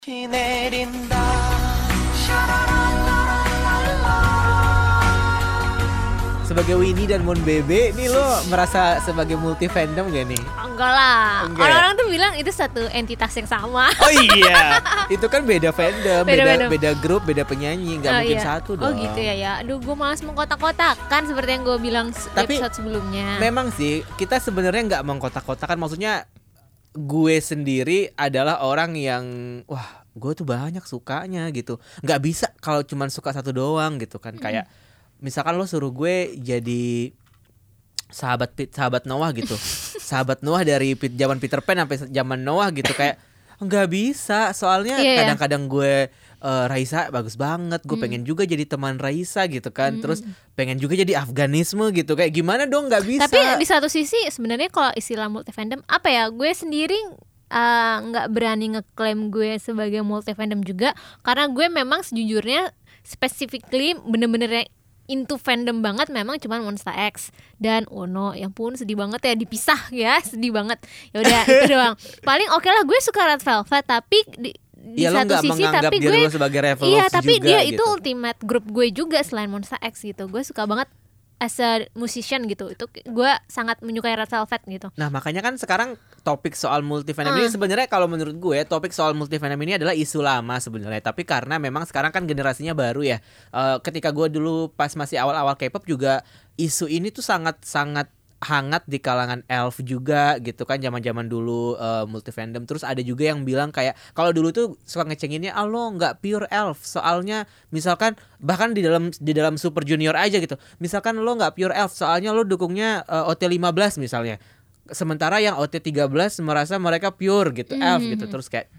Sebagai Winnie dan Mon Bebe, nih lo merasa sebagai multi fandom gak nih? Enggak lah. Enggak. Orang-orang tuh bilang itu satu entitas yang sama. Oh iya, itu kan beda fandom, beda grup, beda penyanyi, nggak mungkin satu dong. Oh gitu ya. Aduh, gue malas mengkotak-kotakan seperti yang gue bilang episode sebelumnya. Memang sih kita sebenarnya nggak mengkotak-kotakan, maksudnya gue sendiri adalah orang yang gue tuh banyak sukanya gitu. Nggak bisa kalau cuma suka satu doang gitu kan. Kayak misalkan lo suruh gue jadi sahabat Noah gitu. Sahabat Noah dari zaman Peter Pan sampai zaman Noah gitu, kayak nggak bisa. Soalnya kadang-kadang gue Raisa bagus banget, gue pengen juga jadi teman Raisa gitu kan. Terus pengen juga jadi Afganisme gitu. Kayak gimana dong, nggak bisa. Tapi di satu sisi sebenarnya kalau istilah multi fandom apa ya, gue sendiri nggak berani ngeklaim gue sebagai multi fandom juga, karena gue memang sejujurnya specifically bener-bener into fandom banget memang cuman Monsta X dan Ono. Yang pun sedih banget ya dipisah ya, sedih banget. Ya udah itu doang. Paling oke lah, gue suka Red Velvet, tapi di satu sisi tapi gue sebagai Red Velvet tapi juga, dia gitu. itu ultimate grup gue juga selain Monsta X gitu. Gue suka banget as a musician gitu. Itu gue sangat menyukai Red Velvet gitu. Nah makanya kan sekarang topik soal multi fandom ini sebenarnya kalau menurut gue topik soal multi fandom ini adalah isu lama sebenarnya. Tapi karena memang sekarang kan generasinya baru ya. Ketika gue dulu pas masih awal-awal K-pop juga isu ini tuh sangat hangat di kalangan elf juga gitu kan, zaman-zaman dulu multi fandom. Terus ada juga yang bilang kayak kalau dulu tuh suka ngecenginnya lo nggak pure elf, soalnya misalkan bahkan di dalam Super Junior aja gitu, misalkan lo nggak pure elf soalnya lo dukungnya OT15 misalnya, sementara yang OT13 merasa mereka pure gitu, elf gitu. Terus kayak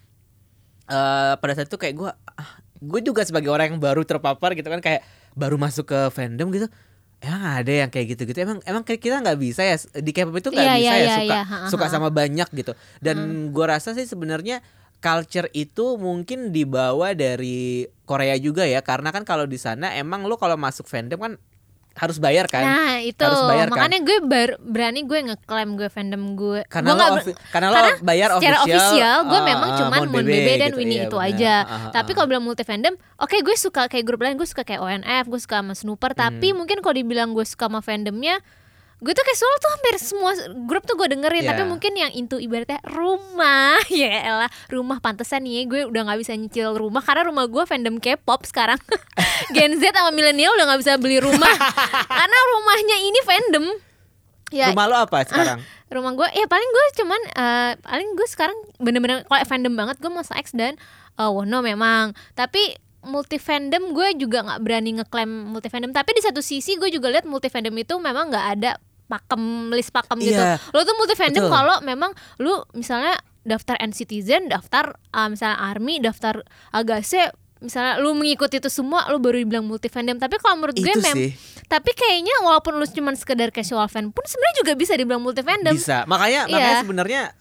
pada saat itu kayak gue juga sebagai orang yang baru terpapar gitu kan, kayak baru masuk ke fandom gitu. Emang ada yang kayak gitu-gitu. Emang kita nggak bisa ya di K-pop itu nggak bisa suka sama banyak gitu. Dan gue rasa sih sebenarnya culture itu mungkin dibawa dari Korea juga ya. Karena kan kalau di sana emang lo kalau masuk fandom kan harus bayar kan. Nah itu harus bayar, makanya kan? gue berani gue ngeklaim gue fandom gue. Karena lo bayar secara official gue memang cuman Mon Bebe dan gitu, Winnie itu aja. Tapi kalau bilang multi fandom, oke, gue suka kayak grup lain, gue suka kayak ONF, gue suka sama Snooper. Tapi mungkin kalau dibilang gue suka sama fandomnya, gue tuh kayak soal tuh hampir semua grup tuh gue dengerin. Tapi mungkin yang into ibaratnya rumah, ya elah rumah, pantesan nih gue udah nggak bisa nyicil rumah karena rumah gue fandom K-pop sekarang. Gen Z sama milenial udah nggak bisa beli rumah karena rumahnya ini fandom. Ya, rumah lo apa sekarang? Rumah gue ya paling gue cuman paling gue sekarang bener-bener kalau fandom banget gue Monsta X dan Wono memang. Tapi multi fandom gue juga nggak berani ngeklaim multi fandom. Tapi di satu sisi gue juga lihat multi fandom itu memang nggak ada list pakem gitu. Lo tuh multi fandom kalau memang lu misalnya daftar NCTzen, daftar misalnya ARMY, daftar Agase, misalnya lu mengikuti itu semua, lu baru dibilang multi fandom. Tapi kalau menurut gue tapi kayaknya walaupun lu cuma sekedar casual fan pun sebenarnya juga bisa dibilang multi fandom. Bisa. Makanya sebenarnya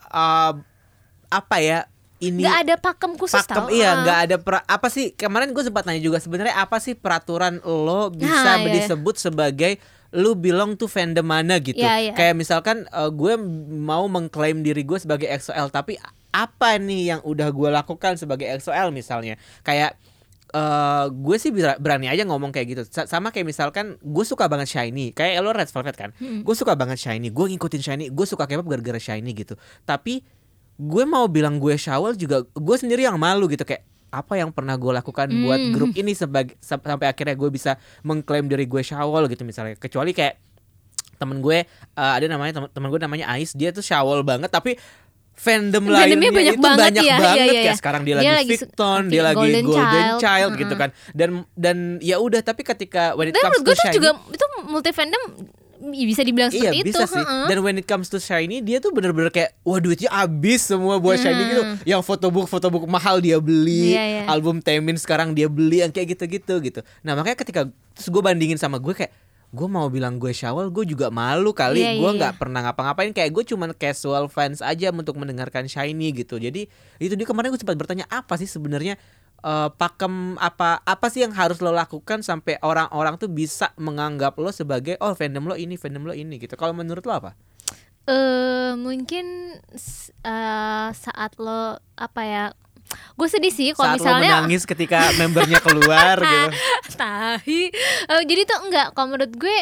apa ya? Ini nggak ada pakem khusus tau. Iya, nggak ada apa sih, kemarin gue sempat nanya juga sebenarnya apa sih peraturan lo bisa disebut sebagai lu belong to fandom mana gitu. Kayak misalkan gue mau mengklaim diri gue sebagai EXO-L, tapi apa nih yang udah gue lakukan sebagai EXO-L misalnya. Kayak gue sih berani aja ngomong kayak gitu. Sama kayak misalkan gue suka banget SHINee, kayak lo Red Velvet kan. Gue suka banget SHINee, gue ngikutin SHINee, gue suka K-pop gara-gara SHINee gitu. Tapi gue mau bilang gue Shawol juga gue sendiri yang malu gitu, kayak apa yang pernah gue lakukan buat grup ini sampai akhirnya gue bisa mengklaim diri gue Shawol gitu misalnya. Kecuali kayak temen gue ada namanya temen gue namanya Ais, dia tuh Shawol banget tapi fandom lainnya itu banyak banget ya. Sekarang dia lagi Victon, dia lagi Golden Child gitu kan. Dan ya udah, tapi ketika when it comes to SHINee juga itu multi fandom bisa dibilang seperti itu. Bisa sih. Dan when it comes to SHINee, dia tuh bener-bener kayak duitnya abis semua buat SHINee gitu. Yang fotobook mahal dia beli, album Taemin sekarang dia beli, yang kayak gitu-gitu gitu. Nah makanya ketika terus gue bandingin sama gue, kayak gue mau bilang gue Shawol, gue juga malu kali. Gue nggak pernah ngapa-ngapain, kayak gue cuman casual fans aja untuk mendengarkan SHINee gitu. Jadi itu dia, kemarin gue sempat bertanya apa sih sebenarnya pakem apa sih yang harus lo lakukan sampai orang-orang tuh bisa menganggap lo sebagai fandom lo ini gitu. Kalau menurut lo apa? Mungkin saat lo apa ya, Gue sedih sih kalau Saat lo misalnya menangis ketika membernya keluar gitu. tahi. Jadi tuh enggak, kalau menurut gue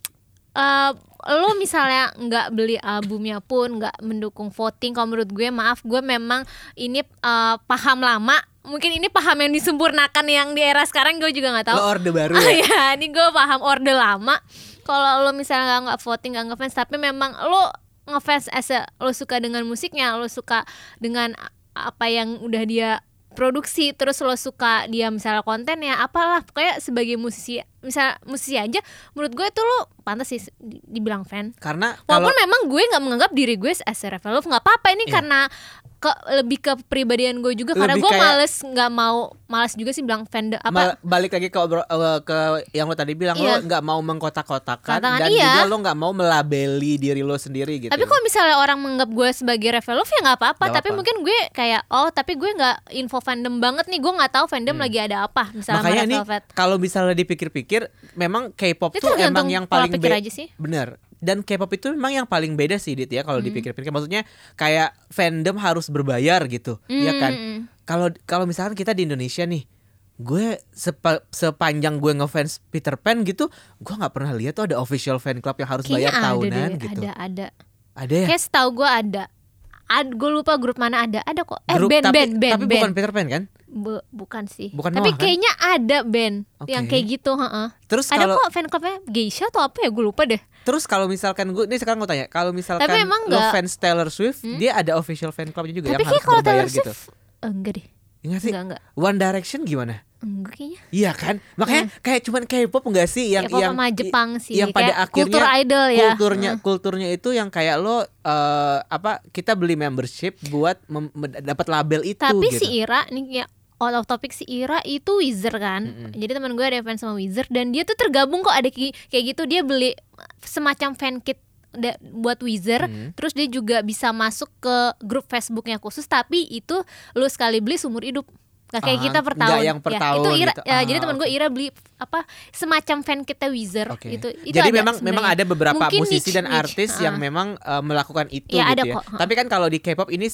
lo misalnya nggak beli albumnya pun, nggak mendukung voting, kalau menurut gue maaf, gue memang ini paham lama. Mungkin ini paham yang disempurnakan yang di era sekarang, gue juga nggak tahu. Lo orde baru ya? Ya, ini gue paham orde lama. Kalau lo misalnya nggak voting, nggak ngefans, tapi memang lo ngefans lo suka dengan musiknya, lo suka dengan apa yang udah dia produksi, terus lo suka dia misalnya kontennya, apalah kayak sebagai musisi, misal musisi aja, menurut gue tuh lo pantas sih dibilang fan. Karena walaupun memang gue nggak menganggap diri gue as a Revel Love, nggak apa-apa ini karena lebih ke pribadian gue juga, karena gue malas juga sih bilang fandom apa. Balik lagi ke yang lo tadi bilang, lo nggak mau mengkotak-kotakan dan juga lo nggak mau melabeli diri lo sendiri gitu. Tapi kalau misalnya orang menganggap gue sebagai Revel Love ya nggak apa-apa. Tapi mungkin gue kayak tapi gue nggak info fandom banget nih, gue nggak tahu fandom lagi ada apa. Misalnya makanya ini kalau misalnya dipikir-pikir, memang K-pop tuh emang yang paling bener. Dan K-pop itu memang yang paling beda sih Dit ya, kalau dipikir-pikir. Maksudnya kayak fandom harus berbayar gitu, ya kan? Kalau misalkan kita di Indonesia nih, gue sepanjang gue ngefans Peter Pan gitu, gue nggak pernah lihat tuh ada official fan club yang harus bayar tahunan gitu. Ada ya? Kayak setahu gue ada. Gue lupa grup mana ada kok. Band tapi band. Bukan Peter Pan kan? Bukan sih. Noah, tapi kayaknya kan? ada band yang kayak gitu. Terus ada kok fan clubnya Geisha atau apa ya, gue lupa deh. Terus kalau misalkan sekarang gue tanya, kalau misalkan lo fans Taylor Swift, dia ada official fan clubnya juga tapi yang harus kalau berbayar Taylor gitu. Swift, enggak deh. Enggak sih? Enggak. One Direction gimana? Enggak kayaknya. Iya kan? Makanya kayak cuman K-pop enggak sih yang K-pop sama Jepang sih. Yang pada akhirnya kultur idol ya. Kulturnya itu yang kayak lo kita beli membership buat dapat label itu. Tapi gitu. si Ira nih ya, out of topic, si Ira itu Wizard kan. Jadi teman gue ada fans sama Wizard dan dia tuh tergabung kok, ada kayak gitu, dia beli semacam fan kit buat Wizard. Terus dia juga bisa masuk ke grup Facebooknya khusus, tapi itu lu sekali beli seumur hidup. Gak kayak kita per tahun. Yang per tahun itu Ira, gitu. Jadi teman gue Ira beli semacam fan kita Wizard gitu. Itu jadi ada memang ada beberapa mungkin musisi dan artis yang memang melakukan itu ya, gitu ya. Tapi kan kalau di K-pop ini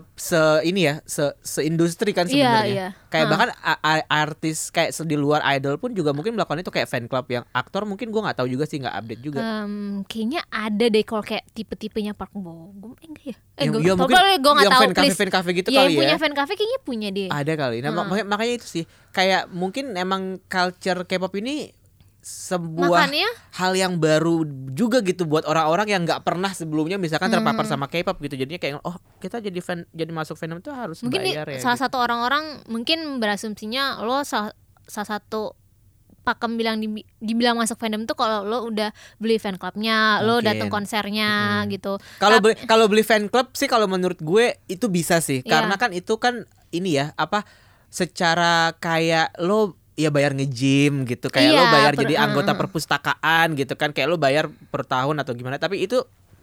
se-industri kan sebenarnya. Kayak bahkan artis kayak di luar idol pun juga mungkin melakukan itu, kayak fan club yang aktor mungkin gue nggak tahu juga sih, nggak update juga. Kayaknya ada deh kalau kayak tipe-tipenya Park Bo Gum, enggak ya? Ya mungkin gue nggak tahu. Fan cafe gitu kali ya. Yang punya fan cafe kayaknya punya deh. Ada kali. Nah, makanya itu sih kayak mungkin emang culture K-pop ini sebuah hal yang baru juga gitu buat orang-orang yang nggak pernah sebelumnya misalkan terpapar sama K-pop gitu. Jadinya kayak kita jadi masuk fandom itu harus mungkin bayar ya. Salah gitu. satu orang-orang mungkin berasumsinya lo salah satu pakem dibilang masuk fandom tuh kalau lo udah beli fan clubnya, lo datang konsernya gitu. Kalau beli fan club sih kalau menurut gue itu bisa sih, karena kan itu kan ini ya secara kayak lo ya bayar nge-gym gitu, kayak lo bayar jadi anggota perpustakaan gitu kan, kayak lo bayar per tahun atau gimana. Tapi itu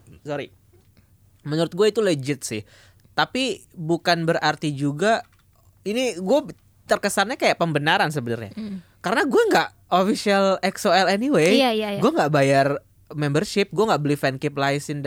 menurut gue itu legit sih. Tapi bukan berarti juga ini gue terkesannya kayak pembenaran sebenarnya. Karena gue nggak official EXO-L anyway. Iya. Gue nggak bayar membership, gue nggak beli fan kit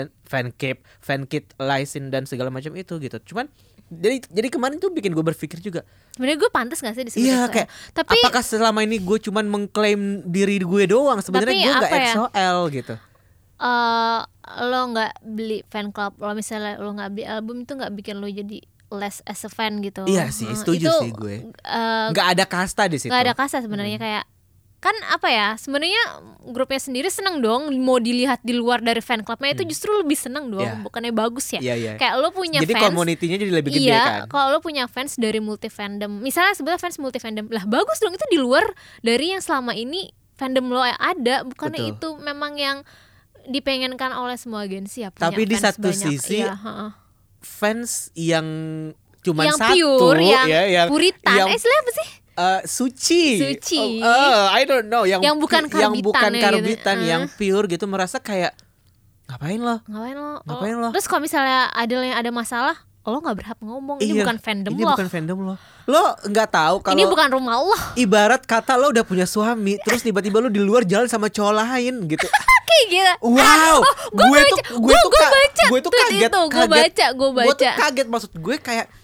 license dan segala macam itu gitu. Cuman jadi kemarin tuh bikin gue berpikir juga, sebenarnya gue pantas nggak sih disebut iya, EXO-L? kayak Tapi apakah selama ini gue cuman mengklaim diri gue doang, sebenarnya gue nggak EXO-L gitu. Lo nggak beli fan club, lo misalnya lo nggak beli album itu nggak bikin lo jadi less as a fan gitu. Iya sih, setuju sih gue. Nggak ada kasta di situ. Nggak ada kasta sebenarnya, kayak kan sebenarnya grupnya sendiri seneng dong mau dilihat di luar dari fan clubnya, itu justru lebih seneng dong, bukannya bagus ya. Kayak lo punya jadi fans, community-nya jadi lebih gede kan. Kalau lo punya fans dari multi fandom, misalnya sebetulnya fans multi fandom, lah bagus dong, itu di luar dari yang selama ini fandom lo yang ada, bukannya itu memang yang dipengenkan oleh semua agensi ya. Tapi di satu banyak, sisi fans yang cuma yang satu, pure, yang puritan, istilahnya apa sih? Suci. I don't know, yang bukan karbitan, yang pure gitu, merasa kayak ngapain lo? Terus kalau misalnya ada masalah, lo nggak berhak ngomong. Ini bukan fandom lo. Bukan fandom lo. Lo nggak tahu kalau ini bukan rumah lo. Ibarat kata lo udah punya suami, terus tiba-tiba lo di luar jalan sama cowok lain gitu. Kayak gitu. Wow. Gue tuh kaget. Gue baca. Gue tuh kaget, maksud gue kayak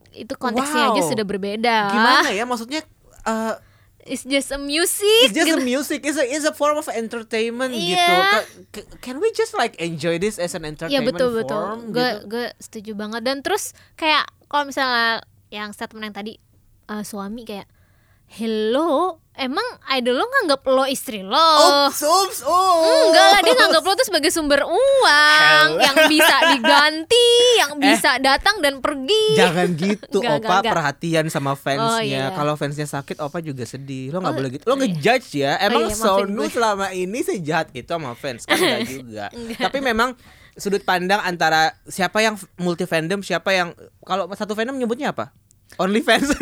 itu konteksnya aja sudah berbeda. Gimana ya maksudnya? It's just a music. It's just a music. It's a form of entertainment gitu. Can we just like enjoy this as an entertainment form? Gue setuju banget. Dan terus kayak kalau misalnya yang statement yang tadi suami kayak, hello, emang idol lo nganggap lo istri lo? Oops. Enggak lah, dia nganggap lo tuh sebagai sumber uang yang bisa diganti, yang bisa datang dan pergi. Jangan gitu, Opa. Enggak. Perhatian sama fansnya. Iya. Kalau fansnya sakit, Opa juga sedih. Lo nggak boleh gitu. Lo ngejudge ya. Emang Sonu selama ini sejahat itu sama fans kan? Enggak juga. Tapi memang sudut pandang antara siapa yang multi fandom, siapa yang kalau satu fandom nyebutnya apa? Only fans.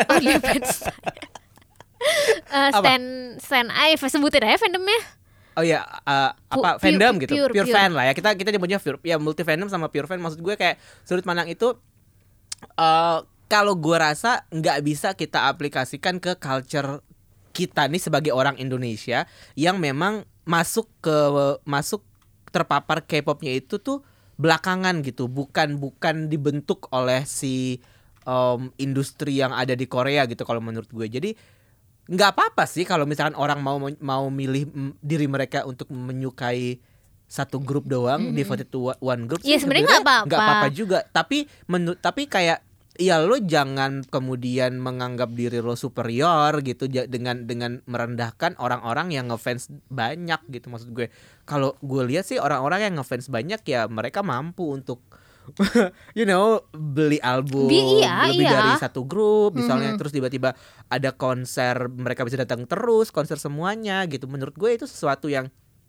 Stan sebutin aja fandomnya. Oh ya, fandom gitu, pure fan lah ya. Kita nyebutnya pure, ya multi fandom sama pure fan. Maksud gue kayak sudut pandang itu, kalau gue rasa nggak bisa kita aplikasikan ke culture kita nih sebagai orang Indonesia yang memang masuk terpapar K-popnya itu tuh belakangan gitu, bukan dibentuk oleh si industri yang ada di Korea gitu kalau menurut gue. Jadi nggak apa-apa sih kalau misalkan orang mau milih diri mereka untuk menyukai satu grup doang, devoted to one group. Iya, sebenarnya nggak apa-apa juga. Tapi kayak ya lo jangan kemudian menganggap diri lo superior gitu dengan merendahkan orang-orang yang ngefans banyak gitu. Maksud gue, kalau gue lihat sih orang-orang yang ngefans banyak ya mereka mampu untuk beli album lebih dari satu grup misalnya, terus tiba-tiba ada konser, mereka bisa datang terus konser semuanya gitu. Menurut gue itu sesuatu yang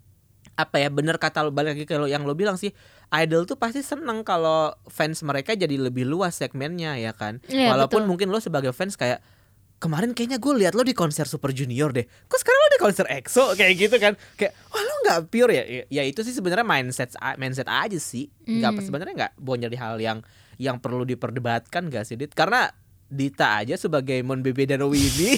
bener kata lo, balik lagi ke yang lo bilang sih, idol tuh pasti seneng kalau fans mereka jadi lebih luas segmennya ya kan. Walaupun betul. Mungkin lo sebagai fans kayak, kemarin kayaknya gue lihat lo di konser Super Junior deh, kok sekarang lo di konser EXO kayak gitu kan, kayak wah lo nggak pure ya. Ya itu sih sebenarnya mindset aja sih, sebenarnya nggak bonyer di hal yang perlu diperdebatkan gak sih Dit? Karena Dita aja sebagai Mon Bebe dan Winnie.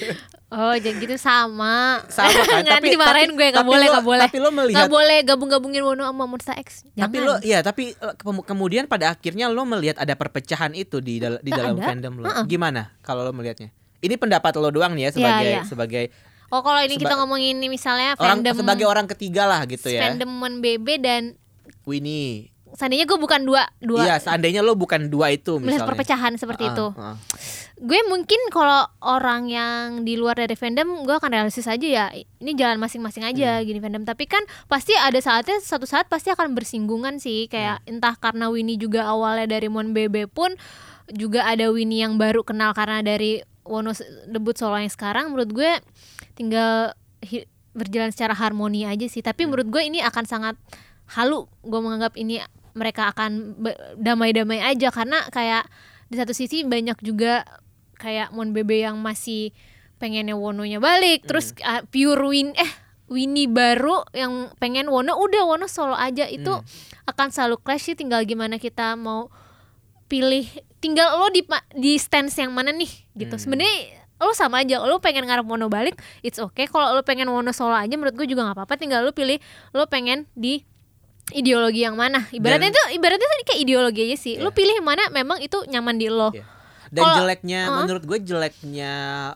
Oh jadi gitu sama kan. Nanti dimarahin gue, nggak boleh. Tapi lo melihat, nggak boleh gabungin Wono sama Monsta X. Tapi kemudian pada akhirnya lo melihat ada perpecahan itu di dalam fandom lo. Gimana kalau lo melihatnya? Ini pendapat lo doang nih ya sebagai Oh kalau ini kita ngomongin ini misalnya fandom sebagai orang ketiga lah gitu ya. Fandom Mon Bebe dan Winnie. Seandainya gue bukan dua. Iya, seandainya lo bukan dua itu misalnya. Melihat perpecahan seperti itu. Gue mungkin kalau orang yang di luar dari fandom, gue akan realistis aja ya. Ini jalan masing-masing aja gini fandom. Tapi kan pasti ada suatu saat pasti akan bersinggungan sih. Kayak entah karena Winnie juga awalnya dari Mon Bebe pun juga ada Winnie yang baru kenal karena dari Wono debut solo yang sekarang. Menurut gue tinggal berjalan secara harmoni aja sih. Tapi menurut gue ini akan sangat halu. Gue menganggap ini mereka akan damai-damai aja, karena kayak di satu sisi banyak juga kayak Mon Bebe yang masih pengennya Wononya balik, terus pure Winnie baru yang pengen Wono solo aja. Itu akan selalu clash sih, tinggal gimana kita mau pilih, tinggal lo di stance yang mana nih gitu. Sebenarnya lo sama aja, lo pengen ngarep Wono balik, it's okay. Kalau lo pengen Wono solo aja, menurut gue juga nggak apa-apa. Tinggal lo pilih lo pengen di ideologi yang mana. Ibaratnya kayak ideologi aja sih. Lo pilih yang mana memang itu nyaman di lo. Dan menurut gue jeleknya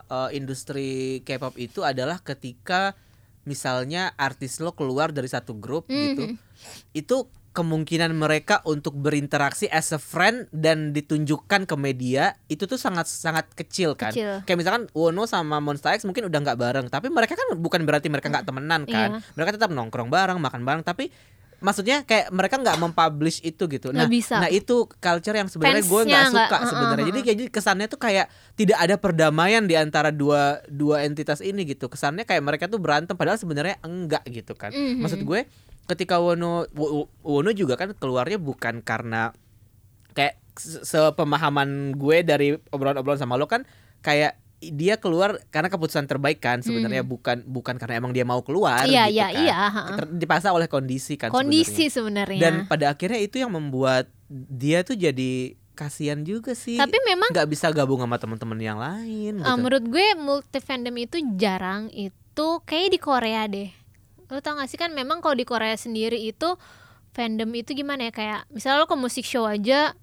industri K-pop itu adalah ketika misalnya artis lo keluar dari satu grup gitu, itu kemungkinan mereka untuk berinteraksi as a friend dan ditunjukkan ke media itu tuh sangat kecil kan. Kayak misalkan Wono sama Monsta X mungkin udah nggak bareng, tapi mereka kan bukan berarti mereka nggak temenan kan. Mereka tetap nongkrong bareng, makan bareng, tapi maksudnya kayak mereka nggak mempublish itu gitu. Nah itu culture yang sebenarnya gue nggak suka sebenarnya. Jadi kesannya tuh kayak tidak ada perdamaian di antara dua entitas ini gitu. Kesannya kayak mereka tuh berantem padahal sebenarnya enggak gitu kan. Maksud gue ketika Wono juga kan keluarnya bukan karena kayak sepemahaman gue dari obrolan sama lo kan, kayak dia keluar karena keputusan terbaik kan sebenarnya, bukan karena emang dia mau keluar gitu kan. Dipaksa oleh kondisi kan sebenarnya. Dan pada akhirnya itu yang membuat dia tuh jadi kasihan juga sih. Tapi memang nggak bisa gabung sama teman-teman yang lain gitu. Menurut gue multi fandom itu jarang, itu kayak di Korea deh. Lo tau gak sih kan memang kalau di Korea sendiri itu fandom itu gimana ya, kayak misalnya lo ke musik show aja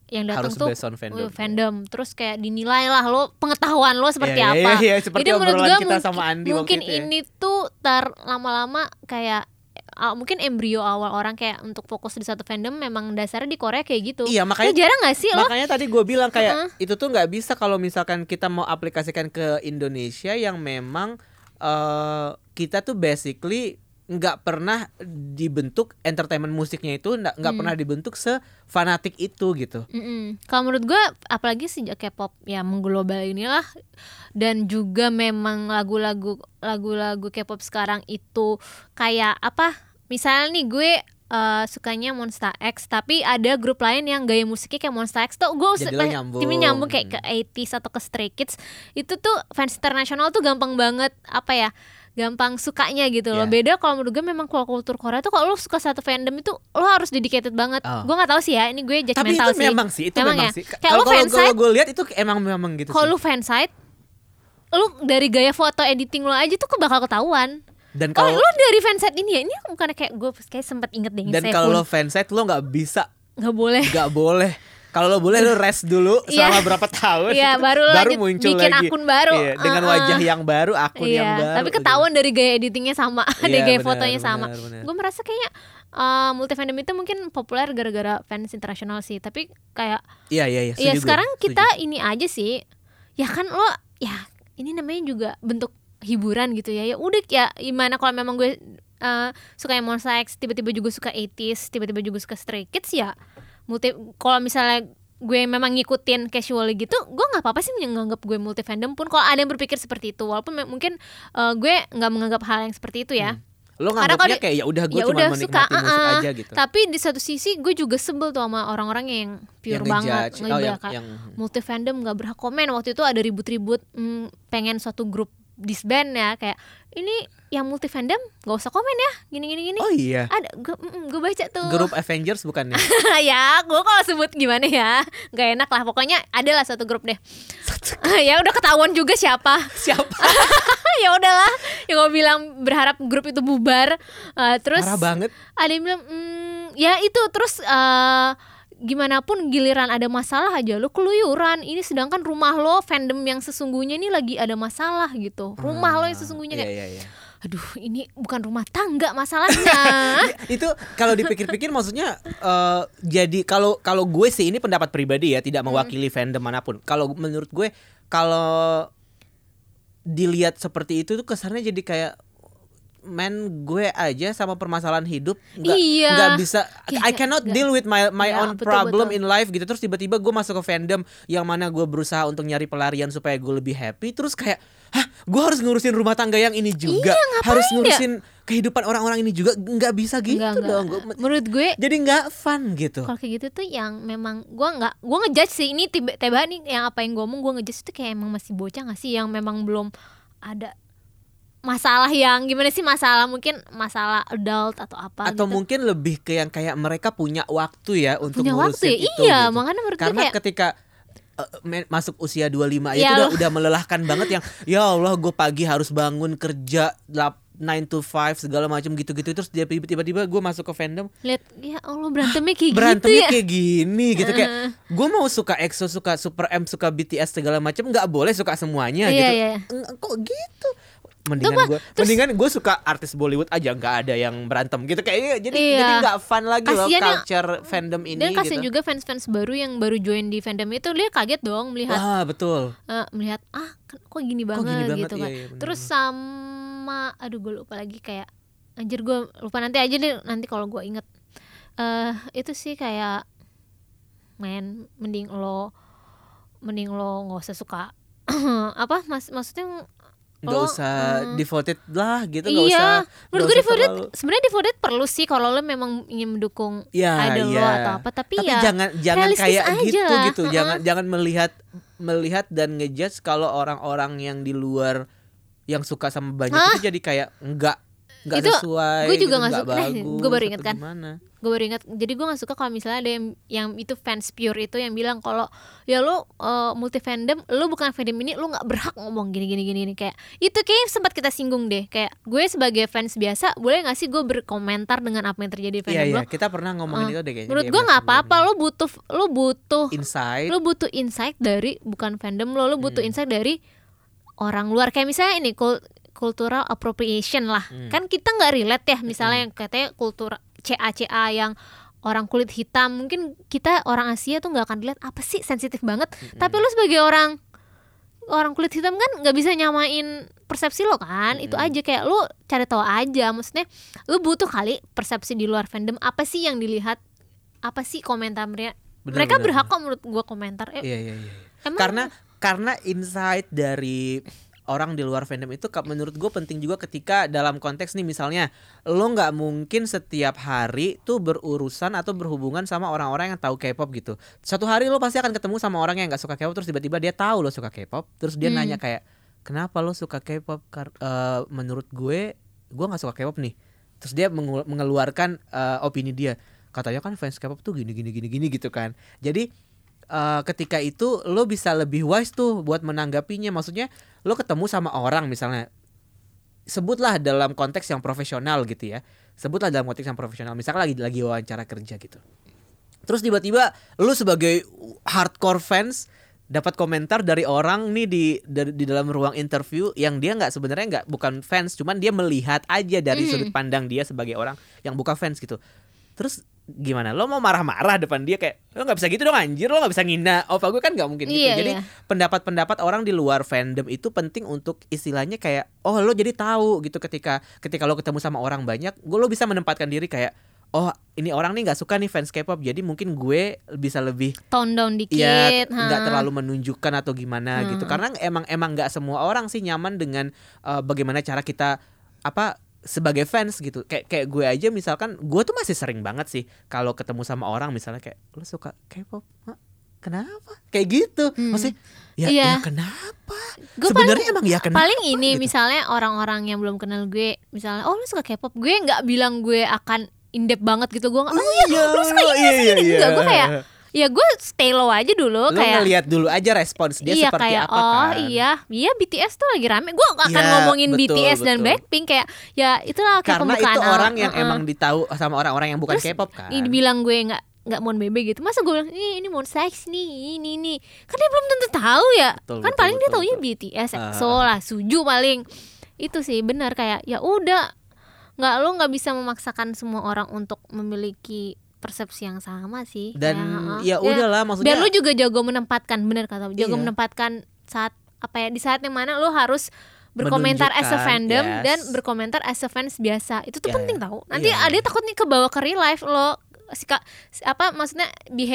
yang datang Harus tuh based on fandom. Terus kayak dinilai lah lo pengetahuan lo seperti Iya, apa. iya, seperti Jadi menurut obrolan gue kita sama Andi mungkin waktu itu ya. ini tuh lama-lama kayak mungkin embrio awal orang kayak untuk fokus di satu fandom memang dasarnya di Korea kayak gitu. Iya, makanya jarang gak sih lo? Makanya tadi gue bilang kayak itu tuh nggak bisa kalau misalkan kita mau aplikasikan ke Indonesia yang memang kita tuh basically nggak pernah dibentuk entertainment musiknya itu nggak pernah dibentuk sefanatik itu gitu. Kalau menurut gue apalagi sejak K-pop ya mengglobal inilah, dan juga memang lagu-lagu K-pop sekarang itu kayak apa? Misalnya nih gue sukanya Monsta X, tapi ada grup lain yang gaya musiknya kayak Monsta X tuh gue nyambung kayak ke 80s atau ke Stray Kids. Itu tuh fans internasional tuh gampang banget gampang sukanya gitu loh. Beda kalau menurut gue memang kalau kultur Korea tuh kalau lo suka satu fandom itu lo harus dedicated banget. Gue nggak tahu sih ya, ini gue judgmental sih. Itu memang sih. Kayak lo fansite, kalau gue lihat itu memang gitu. Kalau lo fansite, lo dari gaya foto editing lo aja tuh bakal ketahuan. Dan kalau lo dari fansite ini ya, ini bukan kayak gue kayak sempet inget deh. Dan kalau lo fansite lo nggak boleh. Kalau lo boleh lo rest dulu selama berapa tahun, baru muncul bikin lagi akun baru, dengan wajah yang baru, akun yang baru. Tapi ketahuan dari gaya editingnya sama, dari gaya fotonya sama. Bener. Gue merasa kayaknya multi fandom itu mungkin populer gara-gara fans internasional sih. Tapi kayak sekarang kita ini aja sih, ya kan lo ya ini namanya juga bentuk hiburan gitu ya. Ya udah ya gimana kalau memang gue suka yang Monsta X, tiba-tiba juga suka 80s, tiba-tiba juga suka Stray Kids ya. Kalau misalnya gue memang ngikutin casually gitu, gue nggak apa-apa sih menganggap gue multi fandom pun kalau ada yang berpikir seperti itu, walaupun mungkin gue nggak menganggap hal yang seperti itu ya. Lo nganggapnya kayak ya udah gue cuma menikmati musik aja gitu. Tapi di satu sisi gue juga sebel tuh sama orang-orang yang pure banget kayak multi fandom nggak berhak komen. Waktu itu ada ribut-ribut pengen suatu grup disband ya, kayak ini yang multi fandom gak usah komen ya gini. Oh iya, ada gue baca tuh grup Avengers bukannya? Ya gue kalau sebut gimana ya, gak enak lah, pokoknya ada lah satu grup deh. Ya udah ketahuan juga siapa ya udahlah, yang gue bilang berharap grup itu bubar. Terus parah banget. Ada yang bilang ya itu terus gimana pun giliran ada masalah aja lo keluyuran. Ini sedangkan rumah lo, fandom yang sesungguhnya ini lagi ada masalah gitu. Rumah lo yang sesungguhnya kayak aduh ini bukan rumah tangga masalahnya. Itu kalau dipikir-pikir maksudnya jadi kalau gue sih, ini pendapat pribadi ya, tidak mewakili fandom manapun. Kalau menurut gue, kalau dilihat seperti itu tuh kesannya jadi kayak gue aja sama permasalahan hidup nggak bisa, I cannot deal with my own problem in life gitu. Terus tiba-tiba gue masuk ke fandom yang mana gue berusaha untuk nyari pelarian supaya gue lebih happy. Terus kayak gue harus ngurusin rumah tangga yang ini juga, harus ngurusin kehidupan orang-orang ini juga. Nggak bisa gitu dong. Menurut gue jadi nggak fun gitu. Kalau kayak gitu tuh yang memang gue ngejudge sih. Ini tiba-tiba nih yang apa yang gue omong, gue ngejudge tuh kayak emang masih bocah nggak sih, yang memang belum ada masalah yang gimana sih, mungkin masalah adult atau apa atau gitu. Mungkin lebih ke yang kayak mereka punya waktu ya untuk punya ngurusin waktu, itu iya, gitu. makanya menurut karena kayak, ketika masuk usia 25 itu udah melelahkan banget, yang ya Allah gue pagi harus bangun kerja 9 to 5 segala macam gitu-gitu. Terus dia tiba-tiba gue masuk ke fandom, lihat ya Allah berantemnya kayak gini gitu. Kayak gue mau suka EXO, suka Super M, suka BTS segala macam, nggak boleh suka semuanya gitu. Kok gitu? Mendingan gue suka artis Bollywood aja, nggak ada yang berantem gitu kayaknya. Jadi nggak fun lagi loh culture fandom ini. Dan kasian gitu. juga fans-fans baru yang baru join di fandom itu, dia kaget dong melihat. Betul. Melihat kok gini banget gitu kan. Iya, terus sama gue lupa lagi, kayak anjir gue lupa, nanti aja deh, nanti kalau gue inget. Itu sih kayak mending lo nggak usah suka maksudnya nggak usah devoted lah gitu, nggak iya, usah. Menurut gue sebenarnya devoted perlu sih kalau lo memang ingin mendukung idol lo atau apa, tapi ya jangan kayak gitu lah. jangan melihat dan ngejudge kalau orang-orang yang di luar yang suka sama banyak itu jadi kayak enggak nggak Itu sesuai, gue juga gitu, nggak nggak suka. Nah, bagus, gue baru atau ingat kan. gimana. Gue baru ingat. Jadi gue nggak suka kalau misalnya ada yang itu fans pure itu yang bilang kalau ya lu multi fandom, lu bukan fandom ini, lu nggak berhak ngomong gini. Kayak itu kayaknya sempat kita singgung deh. Kayak gue sebagai fans biasa, boleh nggak sih gue berkomentar dengan apa yang terjadi di fandom lo? Iya, kita pernah ngomongin itu deh kayaknya. Menurut gue nggak apa-apa. Lu butuh insight dari bukan fandom lo, butuh insight dari orang luar. Kayak misalnya ini cultural appropriation lah. Kan kita nggak relate ya, misalnya yang katanya kultur CA yang orang kulit hitam, mungkin kita orang Asia tuh nggak akan dilihat apa sih, sensitif banget. Tapi lu sebagai orang kulit hitam kan nggak bisa nyamain persepsi lo kan. Itu aja, kayak lu cari tahu aja. Maksudnya lu butuh kali persepsi di luar fandom, apa sih yang dilihat, apa sih komentar mereka berhak kok menurut gua komentar. Iya. Karena insight dari orang di luar fandom itu menurut gue penting juga ketika dalam konteks nih, misalnya lo nggak mungkin setiap hari tuh berurusan atau berhubungan sama orang-orang yang tahu K-pop gitu. Suatu hari lo pasti akan ketemu sama orang yang nggak suka K-pop, terus tiba-tiba dia tahu lo suka K-pop, terus dia nanya kayak kenapa lo suka K-pop? Menurut gue nggak suka K-pop nih. Terus dia mengeluarkan opini dia. Katanya kan fans K-pop tuh gini gitu kan. Jadi ketika itu lo bisa lebih wise tuh buat menanggapinya. Maksudnya lo ketemu sama orang misalnya, sebutlah dalam konteks yang profesional gitu ya. Sebutlah dalam konteks yang profesional. Misalnya lagi wawancara kerja gitu. Terus tiba-tiba lo sebagai hardcore fans dapat komentar dari orang nih di dalam ruang interview yang dia bukan fans, cuman dia melihat aja dari sudut pandang dia sebagai orang yang bukan fans gitu. Terus gimana? Lo mau marah-marah depan dia kayak lo nggak bisa gitu dong anjir, lo nggak bisa ngina opa gue, kan nggak mungkin gitu. Jadi pendapat-pendapat orang di luar fandom itu penting untuk istilahnya kayak lo jadi tahu gitu ketika lo ketemu sama orang banyak, lo bisa menempatkan diri kayak ini orang nih nggak suka nih fans K-pop, jadi mungkin gue bisa lebih tone down dikit, ya nggak terlalu menunjukkan atau gimana gitu. Karena emang nggak semua orang sih nyaman dengan bagaimana cara kita sebagai fans gitu. Kayak gue aja misalkan, gue tuh masih sering banget sih kalau ketemu sama orang misalnya kayak lo suka K-pop, kenapa? Kayak gitu. Maksudnya ya kenapa? Sebenarnya emang ya kenapa? Paling ini gitu. Misalnya orang-orang yang belum kenal gue, misalnya lo suka K-pop, gue nggak bilang gue akan in-depth banget gitu. Gue nggak lo suka ini enggak. Gue kayak ya gue stay low aja dulu. Lo kayak ngeliat dulu aja respons dia seperti kayak, apa kan. iya BTS tuh lagi rame. Gue gak akan ngomongin BTS dan Blackpink. Kayak ya itulah kayak karena pembukaan. Itu orang yang emang ditahu sama orang-orang yang bukan K-pop kan. Ini dibilang gue gak Mon Bebe gitu. Masa gue bilang ini Mon Sex nih, ini kan dia belum tentu tahu ya. Kan paling dia taunya BTS, EXO lah, Suju paling. Itu sih benar, kayak ya udah, lo nggak bisa memaksakan semua orang untuk memiliki persepsi yang sama sih. Dan ya udahlah, maksudnya biar lu juga jago menempatkan, bener kata menempatkan saat di saat yang mana lu harus berkomentar as a fandom dan berkomentar as a fans biasa. Itu tuh penting tau. Nanti ada takut nih kebawa ke real life lo maksudnya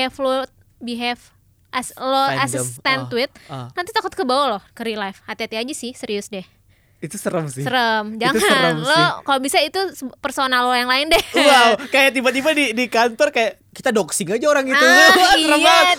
behave as a stand tweet. Nanti takut kebawa lo ke real life. Hati-hati aja sih, serius deh. Itu serem sih. Jangan. Lo kalau bisa itu personal lo yang lain deh. Wow, kayak tiba-tiba di kantor kayak kita doxing aja orang itu. Iya,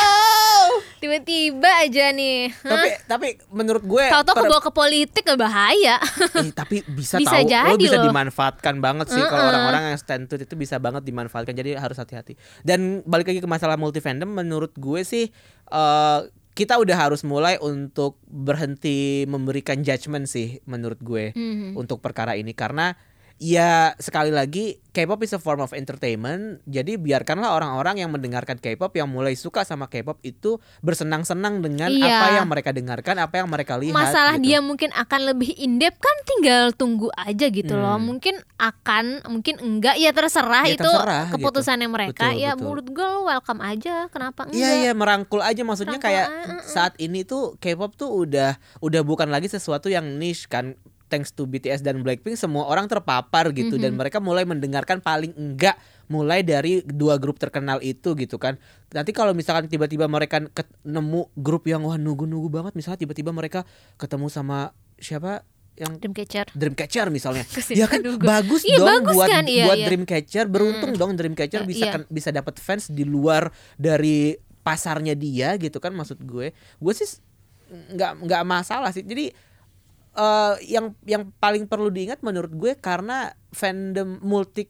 tiba-tiba aja nih. Tapi menurut gue tahu-tahu kebawa ke politik bahaya. Tapi bisa jadi lo bisa dimanfaatkan banget sih. Kalau orang-orang yang stand to itu bisa banget dimanfaatkan. Jadi harus hati-hati. Dan balik lagi ke masalah multi fandom, menurut gue sih kita udah harus mulai untuk berhenti memberikan judgement sih menurut gue untuk perkara ini. Karena ya sekali lagi K-pop is a form of entertainment. Jadi biarkanlah orang-orang yang mendengarkan K-pop, yang mulai suka sama K-pop itu bersenang-senang dengan apa yang mereka dengarkan, apa yang mereka lihat. Masalah gitu. dia mungkin akan lebih in-depth kan tinggal tunggu aja gitu loh. Mungkin enggak, ya terserah, itu keputusannya gitu. Mereka. Betul. Menurut gue lo welcome aja. Kenapa enggak? Iya, merangkul aja, maksudnya kayak saat ini tuh K-pop tuh udah bukan lagi sesuatu yang niche kan. Thanks to BTS dan Blackpink, semua orang terpapar gitu. Dan mereka mulai mendengarkan paling enggak mulai dari dua grup terkenal itu gitu kan. Nanti kalau misalkan tiba-tiba mereka nemu grup yang nugu-nugu banget, misalnya tiba-tiba mereka ketemu sama siapa yang Dreamcatcher misalnya. Ya kan bagus dong buat Dreamcatcher, beruntung dong Dreamcatcher bisa dapat fans di luar dari pasarnya dia gitu kan. Maksud gue sih nggak masalah sih. Jadi yang paling perlu diingat menurut gue karena fandom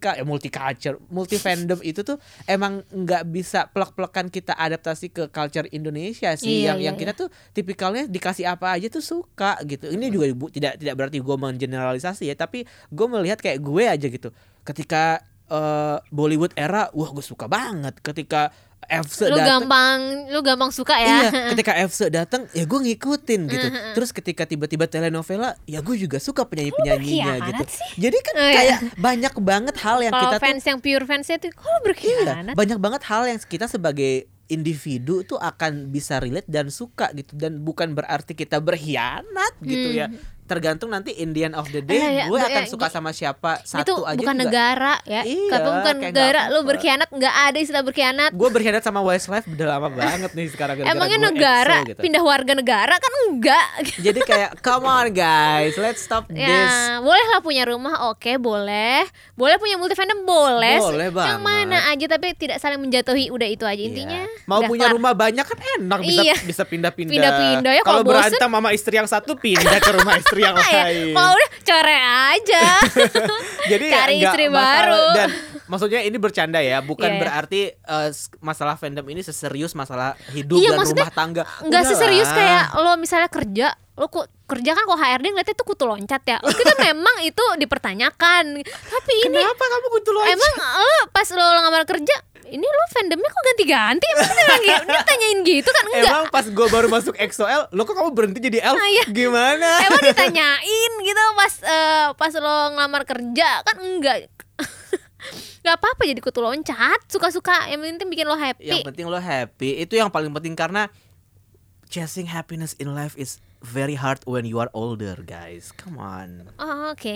multi fandom itu tuh emang nggak bisa plek-plekan kita adaptasi ke culture Indonesia sih. Yang kita tuh tipikalnya dikasih apa aja tuh suka gitu. Ini juga tidak berarti gue mengeneralisasi ya, tapi gue melihat kayak gue aja gitu. Ketika Bollywood era, wah gue suka banget. Ketika FC lu gampang suka ya. Iya, ketika FC datang ya gue ngikutin gitu. Terus ketika tiba-tiba telenovela, ya gue juga suka penyanyi-penyanyinya gitu. Jadi kan kayak banyak banget hal yang kita fans yang pure fansnya tuh kalau berkhianat. Banyak banget hal yang kita sebagai individu tuh akan bisa relate dan suka gitu, dan bukan berarti kita berkhianat gitu ya. Tergantung nanti in the end of the day gue akan suka sama siapa satu itu aja bukan juga. Negara ya. Kalau bukan negara lu berkhianat, nggak ada istilah berkhianat. Gue berkhianat sama Westlife udah lama banget nih sekarang. Emangnya negara gitu. Pindah warga negara kan enggak. Jadi kayak come on guys, let's stop this. Boleh lah punya rumah, oke, boleh punya multi fandom, boleh banget. Yang mana aja, tapi tidak saling menjatuhi, udah itu aja intinya. Mau punya rumah banyak kan enak, bisa pindah-pindah ya. Kalau berantem sama istri yang satu pindah ke rumah istri yang lain. Kalau udah cerai aja. Jadi cari istri baru. Dan maksudnya ini bercanda ya, bukan berarti masalah fandom ini seserius masalah hidup dan rumah tangga. Enggak seserius kayak lo misalnya kerja, lo kerja kan kok HRD ngeliatnya tuh kutu loncat ya. Kita memang itu dipertanyakan. Tapi ini kenapa kamu kutu loncat? Emang lo pas lo ngamar kerja, ini lo fandomnya kok ganti-ganti? Emang dia tanyain gitu kan? Enggak. Emang pas gue baru masuk EXO-L, lo kok kamu berhenti jadi L? Gimana? Emang ditanyain gitu pas lo ngelamar kerja kan? Enggak. Gak apa-apa jadi kutu loncat, suka-suka, yang penting bikin lo happy. Yang penting lo happy, itu yang paling penting, karena chasing happiness in life is very hard when you are older, guys. Come on. Oh, oke.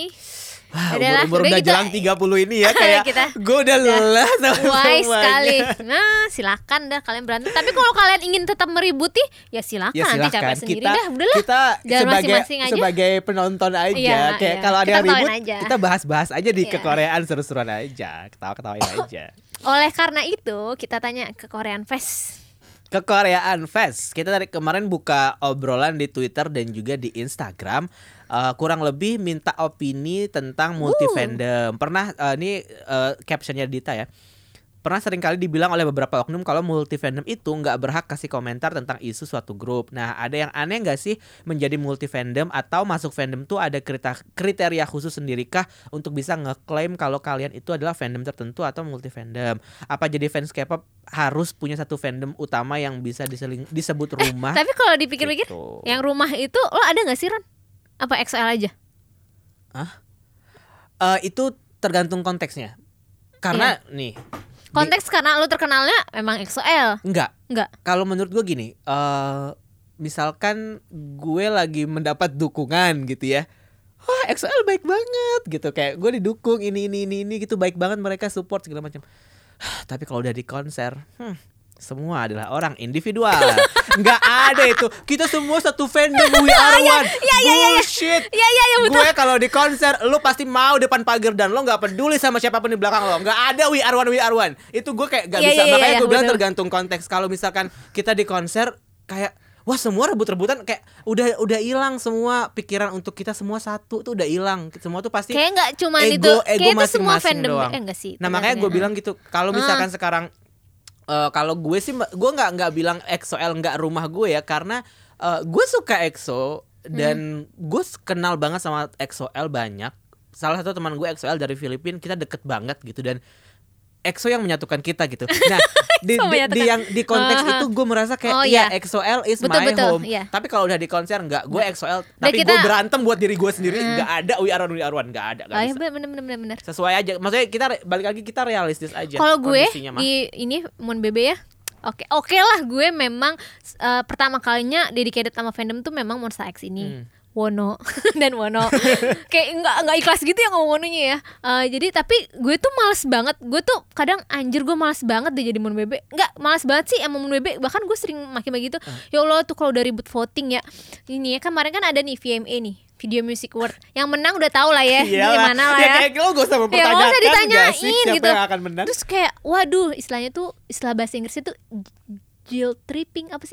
Umur udah jalan 30 ini ya, kayak gue udah lelah sama wise sekali. Nah, silakan dah kalian berantem. Tapi kalau kalian ingin tetap meributi, ya silakan. Nanti capek sendiri dah. Udahlah. Kita sebagai penonton aja. Kayak kalau ada yang ribut, kita bahas-bahas aja di kekoreaan, seru-seruan aja, ketawa-ketawain aja. Oleh karena itu, kita tanya ke Korean Fest. Kekoreaan Fest. Kita dari kemarin buka obrolan di Twitter dan juga di Instagram, kurang lebih minta opini tentang multi fandom. Pernah ini captionnya Dita ya. Pernah seringkali dibilang oleh beberapa oknum kalau multi fandom itu nggak berhak kasih komentar tentang isu suatu grup. Nah, ada yang aneh nggak sih menjadi multi fandom, atau masuk fandom tuh ada kriteria khusus sendirikah untuk bisa ngeklaim kalau kalian itu adalah fandom tertentu atau multi fandom? Apa jadi fans K-pop harus punya satu fandom utama yang bisa disebut rumah? Tapi kalau dipikir-pikir, yang rumah itu lo ada nggak sih, Ron? Apa XL aja? Itu tergantung konteksnya. Karena nih. Konteks karena lu terkenalnya memang EXO-L. Enggak. Kalau menurut gue gini, misalkan gue lagi mendapat dukungan gitu ya, wah EXO-L baik banget gitu, kayak gue didukung ini gitu, baik banget mereka, support segala macam. Tapi kalau udah di konser, semua adalah orang individual. Nggak ada itu. Kita semua satu fandom, we are one. Bullshit. Iya, betul. Gue kalau di konser, lu pasti mau depan pagar dan lo nggak peduli sama siapapun di belakang lo. Nggak ada we are one. Itu gue kayak nggak bisa. Makanya gue bilang tergantung konteks. Kalau misalkan kita di konser kayak wah semua rebut-rebutan, kayak udah hilang semua pikiran untuk kita semua satu tuh udah hilang. Semua tuh pasti kayak nggak cuma itu, kayak itu semua fandom doang. Enggak sih. Nah makanya gue bilang gitu. Kalau misalkan sekarang kalau gue sih, gue nggak bilang EXO-L nggak rumah gue ya, karena gue suka EXO dan gue kenal banget sama EXO-L banyak. Salah satu teman gue EXO-L dari Filipina, kita deket banget gitu, dan EXO yang menyatukan kita gitu. Nah di konteks itu gue merasa kayak EXO-L is my home. Tapi kalau udah di konser nggak, gue EXO-L tapi gue berantem buat diri gue sendiri. Nggak ada we are one, nggak ada. Bener. Sesuai aja. Maksudnya kita balik lagi, kita realistis aja. Kalau gue di ini Moon Bebe ya, oke lah, gue memang pertama kalinya dedicated sama fandom tuh memang Monsta X ini. Wono dan Wono kayak nggak ikhlas gitu ya ngomong Wononya ya. Jadi tapi gue tuh males banget. Gue tuh kadang gue males banget deh jadi Moon Bebe. Nggak males banget sih sama Moon Bebe. Bahkan gue sering maki-maki gitu. Ya Allah tuh kalau udah ribut voting ya. Ini ya kemarin kan ada nih VMA nih, Video Music Award. Yang menang udah tahu lah ya gimana lah ya. Kayak lo gak usah mempertanyakan, gak usah ditanyain siapa gitu. yang akan menang. Terus kayak waduh, istilahnya tuh, istilah bahasa Inggrisnya tuh guilt tripping, apa sih?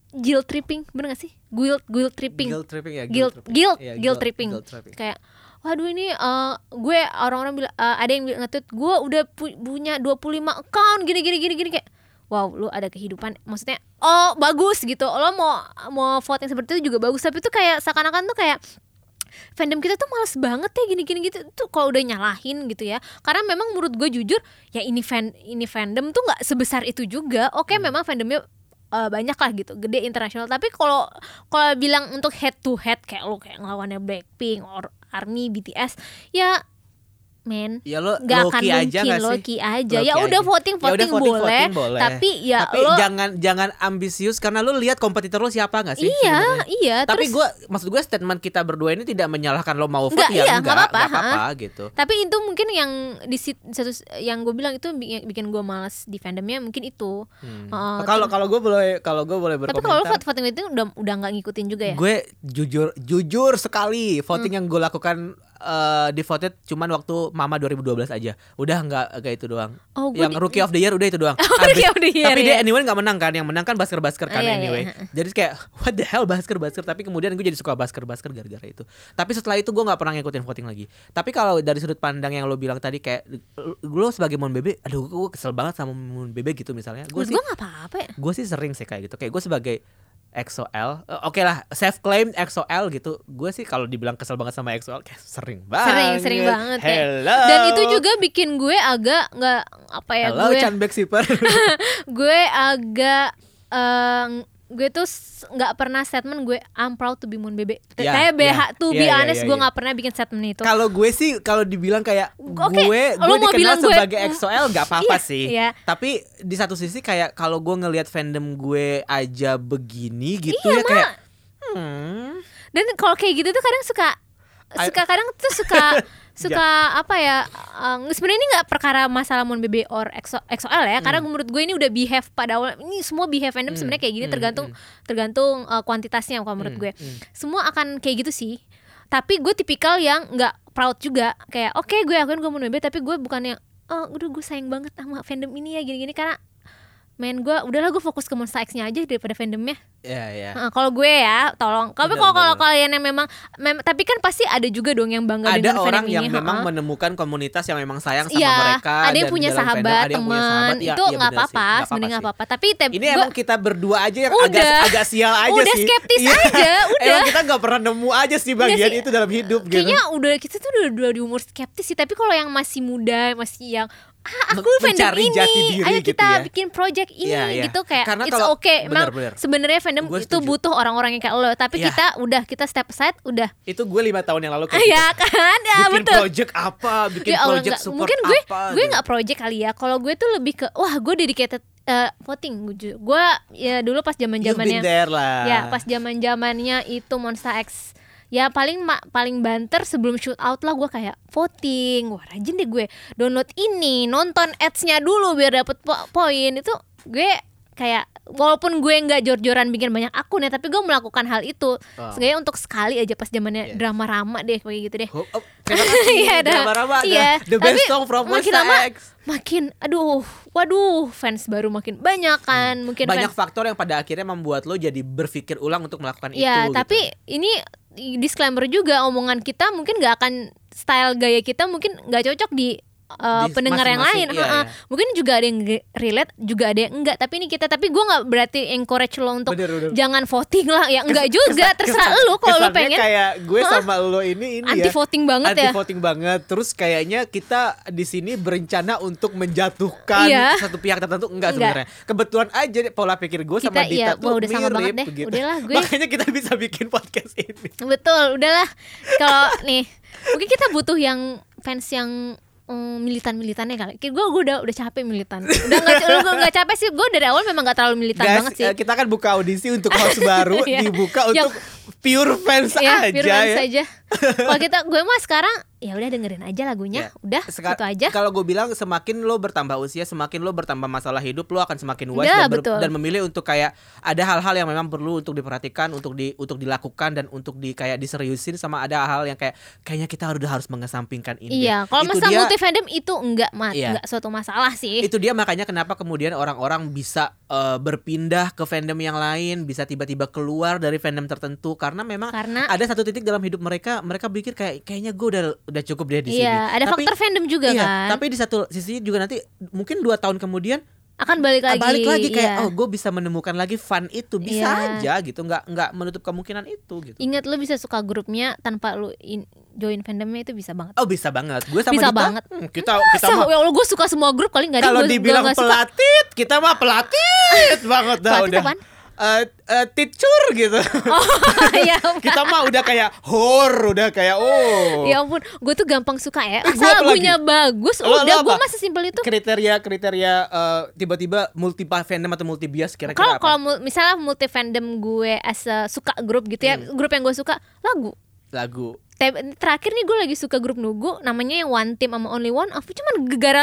guilt tripping, bener gak sih? Guilt tripping. Guilt tripping ya. Guilt tripping. Kayak waduh ini gue orang-orang bilang ada yang bilang nge-tweet gue udah punya 25 account gini kayak wow, lu ada kehidupan, maksudnya bagus gitu. Lo mau voting seperti itu juga bagus, tapi tuh kayak seakan-akan tuh kayak fandom kita tuh males banget ya gini gitu tuh kalau udah nyalahin gitu ya. Karena memang menurut gue jujur ya ini fandom tuh nggak sebesar itu juga. Oke, memang fandomnya banyak lah gitu, gede internasional. Tapi kalau bilang untuk head to head kayak lo kayak ngelawannya Blackpink or ARMY, BTS, ya men, ya lo gak akan aja mungkin low-key aja. Ya udah voting boleh, tapi ya tapi lo jangan ambisius karena lo lihat kompetitor lo siapa nggak sih? Iya. Tapi terus, maksud gue statement kita berdua ini tidak menyalahkan lo mau vote enggak apa-apa gitu. Tapi itu mungkin yang di satu yang gue bilang itu bikin gue malas di fandomnya mungkin itu. Kalau gue boleh berkomentar. Tapi kalau lo voting itu udah nggak ngikutin juga ya? Gue jujur sekali voting yang gue lakukan di voted cuman waktu Mama 2012 aja. Udah nggak kayak itu doang. Yang Rookie of the Year udah itu doang. Rookie of the Year, tapi dia anyway nggak menang kan. Yang menang kan Basker kan anyway. Iya. Jadi kayak what the hell Basker. Tapi kemudian gue jadi suka Basker gara-gara itu. Tapi setelah itu gue nggak pernah ngikutin voting lagi. Tapi kalau dari sudut pandang yang lo bilang tadi kayak lo sebagai Moon Bebe, aduh gue kesel banget sama Moon Bebe gitu misalnya. Gue nggak apa-apa ya. Gue sih sering sih kayak gitu. Kayak gue sebagai EXO-L, oke lah, self-claimed EXO-L gitu. Gue sih kalau dibilang kesel banget sama EXO-L kayak sering banget. Sering banget Hello. Dan itu juga bikin gue agak nggak apa ya. Hello, Chan Backshipper. Gue agak gue tuh nggak pernah statement gue I'm proud to be Moon Bebe. Kayak be honest, gue nggak pernah bikin statement itu. Kalau gue sih kalau dibilang kayak gue dikenal sebagai EXO-L nggak apa-apa sih. Tapi di satu sisi kayak kalau gue ngelihat fandom gue aja begini gitu ya kayak Dan kalau kayak gitu tuh kadang suka apa ya, sebenarnya ini nggak perkara masalah Moon Bebe or EXO-L ya, karena menurut gue ini udah behave pada awal. Ini semua behave fandom sebenarnya kayak gini, tergantung kuantitasnya. Kalau menurut gue semua akan kayak gitu sih. Tapi gue tipikal yang nggak proud juga, kayak oke, gue akuin gue Moon Bebe, tapi gue bukan yang udah gue sayang banget sama fandom ini ya gini-gini, karena gue udahlah gue fokus ke Monsta X-nya aja daripada fandomnya. Iya. Kalau gue ya, tolong. Tapi kalau kalian yang memang tapi kan pasti ada juga dong yang bangga dengan fandom ini. Ada orang yang memang menemukan komunitas yang memang sayang sama mereka. Ada yang punya sahabat, teman. Itu nggak apa-apa, sebenarnya nggak apa-apa. Tapi ini emang kita berdua aja yang agak sial aja udah sih. Udah skeptis aja, udah. Emang kita nggak pernah nemu aja sih bagian itu dalam hidup gitu. Kayaknya kita tuh udah di umur skeptis sih. Tapi kalau yang masih muda, masih yang aku fandom ini, ayo kita bikin project ini gitu, kayak karena it's okay. Emang sebenarnya fandom itu butuh orang-orang yang kayak lo. Tapi kita step aside udah. Itu gue 5 tahun yang lalu kayak ya kan, ya bikin betul. Project apa, bikin project support mungkin apa. Gue nggak project kali ya. Kalau gue tuh lebih ke gue dedicated voting. Gue ya dulu pas zaman-zamannya. Ya pas zaman-zamannya itu Monsta X. Ya paling banter sebelum shoot out lah gue kayak voting. Wah rajin deh gue download ini, nonton ads-nya dulu biar dapet poin. Itu gue kayak walaupun gue nggak jor-joran bikin banyak akun ya, tapi gue melakukan hal itu. Sengaja untuk sekali aja pas zamannya drama Rama deh kayak gitu deh. Terima kasih drama Rama. The best song from Monsta X. Makin fans baru makin banyak kan. Mungkin banyak faktor yang pada akhirnya membuat lo jadi berpikir ulang untuk melakukan itu. Ya tapi ini disclaimer juga, omongan kita mungkin nggak akan, style gaya kita mungkin nggak cocok di pendengar yang lain. Mungkin juga ada yang relate, juga ada yang enggak. Tapi ini tapi gue nggak berarti encourage lo untuk jangan voting lah. Ya enggak juga, terserah lo kalau lo pengen. Kayak gue sama lo ini anti voting banget ya. Anti voting banget. Terus kayaknya kita di sini berencana untuk menjatuhkan satu pihak tertentu. Enggak sebenarnya. Kebetulan aja pola pikir gue sama Dita tuh udah sama banget deh. Begitu. Udahlah gue. Makanya kita bisa bikin podcast ini. Betul, udahlah. Kalau nih, mungkin kita butuh yang fans yang militan-militannya kali. Gue udah capek militan. Udah nggak capek sih. Gue dari awal memang nggak terlalu militan banget sih. Kita kan buka audisi untuk host baru, dibuka untuk pure fans aja. Pure fans aja. Kalau gue mah sekarang ya udah dengerin aja lagunya, udah itu aja. Kalau gue bilang semakin lo bertambah usia, semakin lo bertambah masalah hidup, lo akan semakin wise dan memilih untuk kayak ada hal-hal yang memang perlu untuk diperhatikan, untuk dilakukan dan untuk kayak diseriusin, sama ada hal yang kayaknya kita harus mengesampingkan ini. Iya, kalau masalah multi fandom itu enggak suatu masalah sih. Itu dia makanya kenapa kemudian orang-orang bisa berpindah ke fandom yang lain, bisa tiba-tiba keluar dari fandom tertentu karena memang ada satu titik dalam hidup mereka pikir kayaknya gue udah cukup deh di sini. Iya, ada faktor fandom juga kan. Tapi di satu sisi juga nanti mungkin 2 tahun kemudian akan balik lagi kayak gue bisa menemukan lagi fun itu, bisa aja gitu, nggak menutup kemungkinan itu gitu. Ingat lu bisa suka grupnya tanpa lu join fandomnya, itu bisa banget. Oh bisa banget, gue sama bisa Dita, banget. kita mah, ya Allah, gue suka semua grup kali nggak ada. Kalau dibilang pelatit, kita mah pelatit banget dah udah. Teacher gitu. Ya kita mah udah kayak udah kayak ya ampun, gue tuh gampang suka ya. Asal lagunya bagus, udah gue mah sesimpel itu. Kriteria tiba-tiba multi fandom atau multi bias kira-kira apa? Kalau misalnya multi fandom gue suka grup gitu ya, grup yang gue suka lagu. Terakhir nih gue lagi suka grup Nugu, namanya yang One Team sama Only One Off. Cuman gegara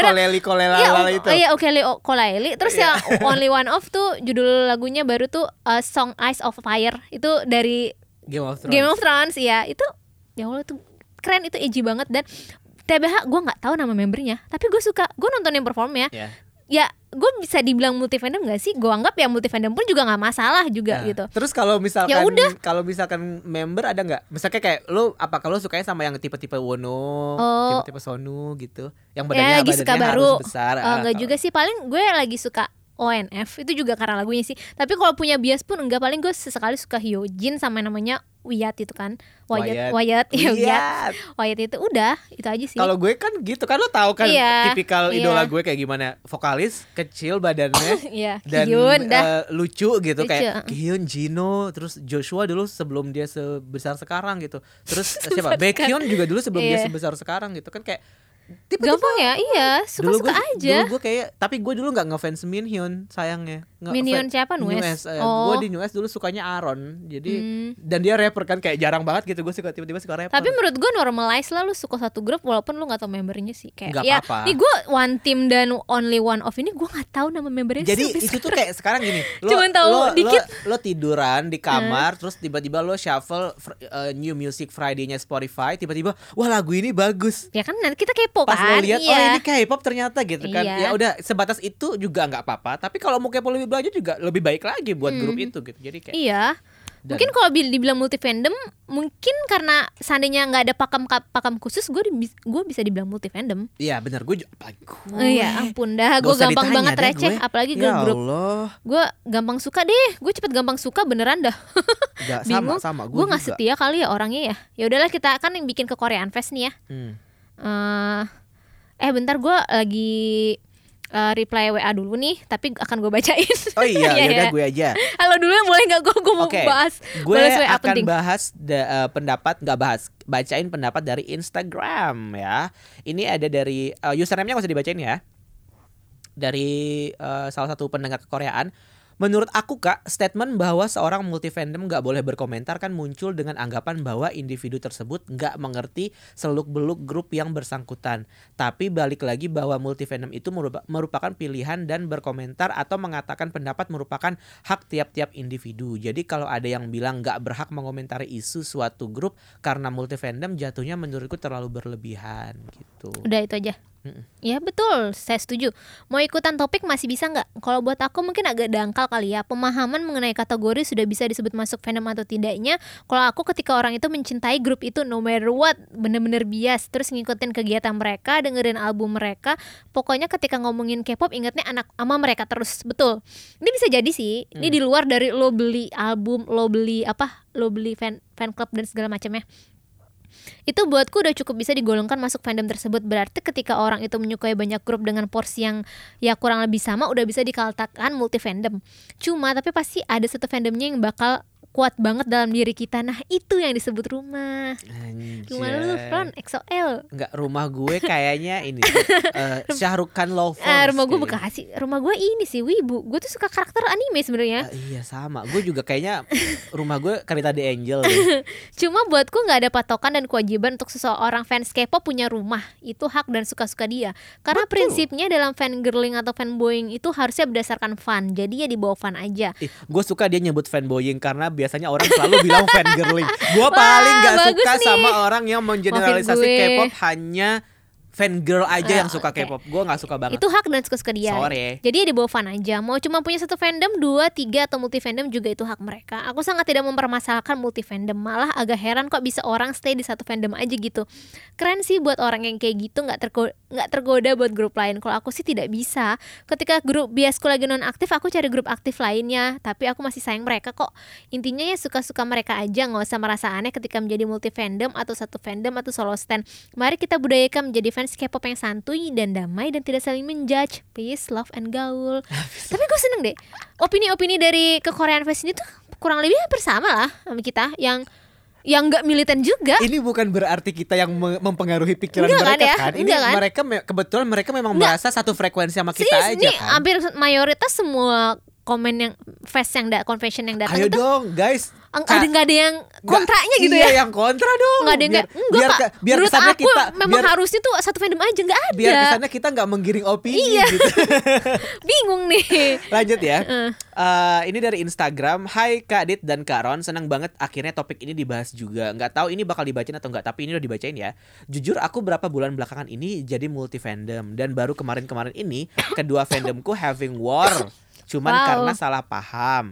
Koleli itu. Iya, Koleli. Terus yang Only One Off tuh judul lagunya baru tuh Song Eyes of Fire. Itu dari Game of Thrones ya. Itu ya Allah tuh keren, itu edgy banget. Dan TBH gue nggak tahu nama membernya, tapi gue suka, gue nontonin performnya. Ya gue bisa dibilang multi fandom gak sih? Gue anggap ya multi fandom pun juga nggak masalah juga gitu. Terus kalau misalkan member ada nggak? Misalnya kayak lu, apakah lu sukanya sama yang tipe-tipe Wono, tipe-tipe Sonu gitu, yang badannya harus besar? Nggak juga sih, paling gue lagi suka ONF, itu juga karena lagunya sih. Tapi kalau punya bias pun enggak, paling gue sesekali suka Hyojin sama namanya Wyatt itu kan. Wyatt itu udah, itu aja sih. Kalau gue kan gitu kan, lo tahu kan tipikal idola gue kayak gimana, vokalis kecil badannya dan lucu gitu, kayak Kyun, Jino, terus Joshua dulu sebelum dia sebesar sekarang gitu. Terus siapa? Baekhyun juga dulu sebelum dia sebesar sekarang gitu kan, kayak gampang ya, suka-suka aja. Dulu gue kayak, tapi gue dulu nggak ngefans Minhyun, sayangnya. Minhyun siapa? Nues. Gue di Nues dulu sukanya Aaron, jadi dan dia rapper kan, kayak jarang banget gitu gue tiba-tiba suka rapper. Tapi menurut gue normalize lah lu suka satu grup walaupun lu nggak tahu membernya sih, kayak gak apa-apa. Nih gue One Team dan Only One Off ini gue nggak tahu nama membernya. Jadi itu tuh kayak sekarang gini, cuman tahu dikit. Lo tiduran di kamar, terus tiba-tiba lo shuffle New Music Friday-nya Spotify, tiba-tiba wah lagu ini bagus. Ya kan nanti kita kepo pas kan. Pas lo lihat ini K-pop ternyata gitu kan. Ya udah, sebatas itu juga nggak apa-apa. Tapi kalau mau kepo lebih belajar juga lebih baik lagi buat grup itu gitu. Jadi kayak mungkin kalau dibilang multi fandom, mungkin karena seandainya nggak ada pakam khusus, gue bisa dibilang multi fandom. Iya benar, gue ya ampun dah, gue gampang banget receh, apalagi gue grup. Gue gampang suka deh, gue cepet gampang suka beneran dah. Bingung, sama gue nggak setia kali ya orangnya ya. Ya udahlah, kita kan yang bikin ke Korean Fest nih ya. Bentar, gue lagi reply WA dulu nih, tapi akan gue bacain. Oh iya, yaudah gue aja. Halo dulu, boleh nggak gue mau bahas? Gue akan bahas bacain pendapat dari Instagram ya. Ini ada dari username-nya nggak usah dibacain ya. Dari salah satu pendengar Koreaan. Menurut aku Kak, statement bahwa seorang multi fandom gak boleh berkomentar kan muncul dengan anggapan bahwa individu tersebut gak mengerti seluk-beluk grup yang bersangkutan. Tapi balik lagi bahwa multi fandom itu merupakan pilihan, dan berkomentar atau mengatakan pendapat merupakan hak tiap-tiap individu. Jadi kalau ada yang bilang gak berhak mengomentari isu suatu grup karena multi fandom, jatuhnya menurutku terlalu berlebihan gitu. Udah itu aja. Ya betul, saya setuju. Mau ikutan topik masih bisa nggak? Kalau buat aku mungkin agak dangkal kali ya. Pemahaman mengenai kategori sudah bisa disebut masuk fandom atau tidaknya. Kalau aku ketika orang itu mencintai grup itu no matter what, bener-bener bias, terus ngikutin kegiatan mereka, dengerin album mereka. Pokoknya ketika ngomongin K-pop ingetnya anak ama mereka terus. Betul. Ini bisa jadi sih. Ini di luar dari lo beli album, lo beli fan club dan segala macamnya. Itu buatku udah cukup bisa digolongkan masuk fandom tersebut. Berarti ketika orang itu menyukai banyak grup dengan porsi yang ya kurang lebih sama, udah bisa dikatakan multi fandom. Cuma tapi pasti ada satu fandomnya yang bakal kuat banget dalam diri kita. Nah itu yang disebut rumah. Rumah lu Fron XOL. Enggak, rumah gue kayaknya ini Shahrukh Khan Lovers. Rumah gue Bekasi. Rumah gue ini sih Wibu. Gue tuh suka karakter anime sebenarnya. Iya sama. Gue juga kayaknya rumah gue Karita the Angel. Cuma buatku gak ada patokan dan kewajiban untuk seseorang fans K-pop punya rumah. Itu hak dan suka-suka dia. Karena prinsipnya dalam fangirling atau fanboying itu harusnya berdasarkan fun. Jadi ya dibawa fun aja. Gue suka dia nyebut fanboying karena biasanya orang selalu bilang fangirling. Gue paling gak suka nih sama orang yang mengeneralisasi K-pop hanya fangirl aja yang suka K-pop. Gue nggak suka banget. Itu hak dan suka-suka dia. Sorry. Jadi ya dibawa fun aja. Mau cuma punya satu fandom, 2, 3 atau multi fandom juga itu hak mereka. Aku sangat tidak mempermasalahkan multi fandom. Malah agak heran kok bisa orang stay di satu fandom aja gitu. Keren sih buat orang yang kayak gitu, nggak tergoda buat grup lain. Kalau aku sih tidak bisa. Ketika grup biasku lagi non aktif, aku cari grup aktif lainnya. Tapi aku masih sayang mereka kok. Intinya ya suka-suka mereka aja, nggak usah merasa aneh ketika menjadi multi fandom atau satu fandom atau solo stan. Mari kita budayakan menjadi fans K-pop yang santuy dan damai dan tidak saling menjudge. Peace, love, and gaul. Tapi gue seneng deh, opini-opini dari ke-Korean fans ini tuh kurang lebih hampir sama lah sama kita yang nggak militan juga. Ini bukan berarti kita yang mempengaruhi pikiran Enggak mereka kan ya? kan. Ini Enggak kan? mereka kebetulan mereka memang merasa satu frekuensi sama kita aja Ini kan. hampir mayoritas semua komen yang fest yang confession yang datang Ayo itu dong guys. nggak ada yang kontraknya gitu iya, ya. yang kontra dong. Nggak ada yang biar menurut kesannya aku kita memang harusnya tuh satu fandom aja, nggak ada. biar kesannya kita nggak menggiring opini Iya. gitu. Bingung nih. Lanjut ya. Ini dari Instagram. Hai Kak Dit dan Kak Ron, senang banget akhirnya topik ini dibahas juga. Nggak tahu ini bakal dibacain atau nggak, tapi ini udah dibacain ya. Jujur aku berapa bulan belakangan ini jadi multi fandom, dan baru kemarin-kemarin ini kedua fandomku having war. Cuman karena salah paham.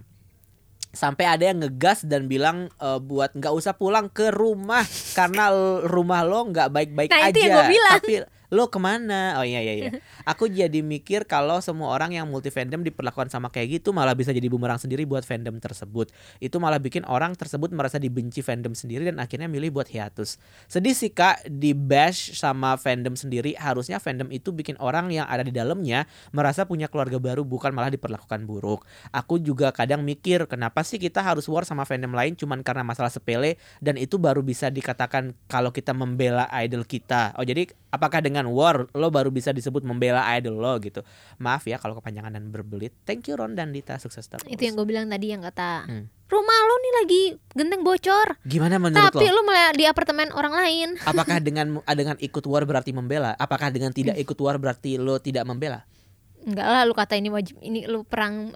Sampai ada yang ngegas dan bilang buat nggak usah pulang ke rumah karena rumah lo nggak baik-baik aja. Itu yang gue bilang. Tapi lo kemana? Oh iya. Aku jadi mikir kalau semua orang yang multi fandom diperlakukan sama kayak gitu malah bisa jadi bumerang sendiri buat fandom tersebut. Itu malah bikin orang tersebut merasa dibenci fandom sendiri dan akhirnya milih buat hiatus. Sedih sih Kak, di bash sama fandom sendiri. Harusnya fandom itu bikin orang yang ada di dalamnya merasa punya keluarga baru, bukan malah diperlakukan buruk. Aku juga kadang mikir kenapa sih kita harus war sama fandom lain cuman karena masalah sepele, dan itu baru bisa dikatakan kalau kita membela idol kita. Oh jadi apakah dengan war lo baru bisa disebut membela idol lo gitu? Maaf ya kalau kepanjangan dan berbelit. Thank you Ron dan Dita, sukses terus. Itu yang gue bilang tadi, yang kata rumah lo nih lagi genteng bocor. Gimana menurut Tapi lo? lo malah di apartemen orang lain. Apakah dengan ikut war berarti membela? Apakah dengan tidak ikut war berarti lo tidak membela? Enggak lah, lu kata ini wajib, ini lu perang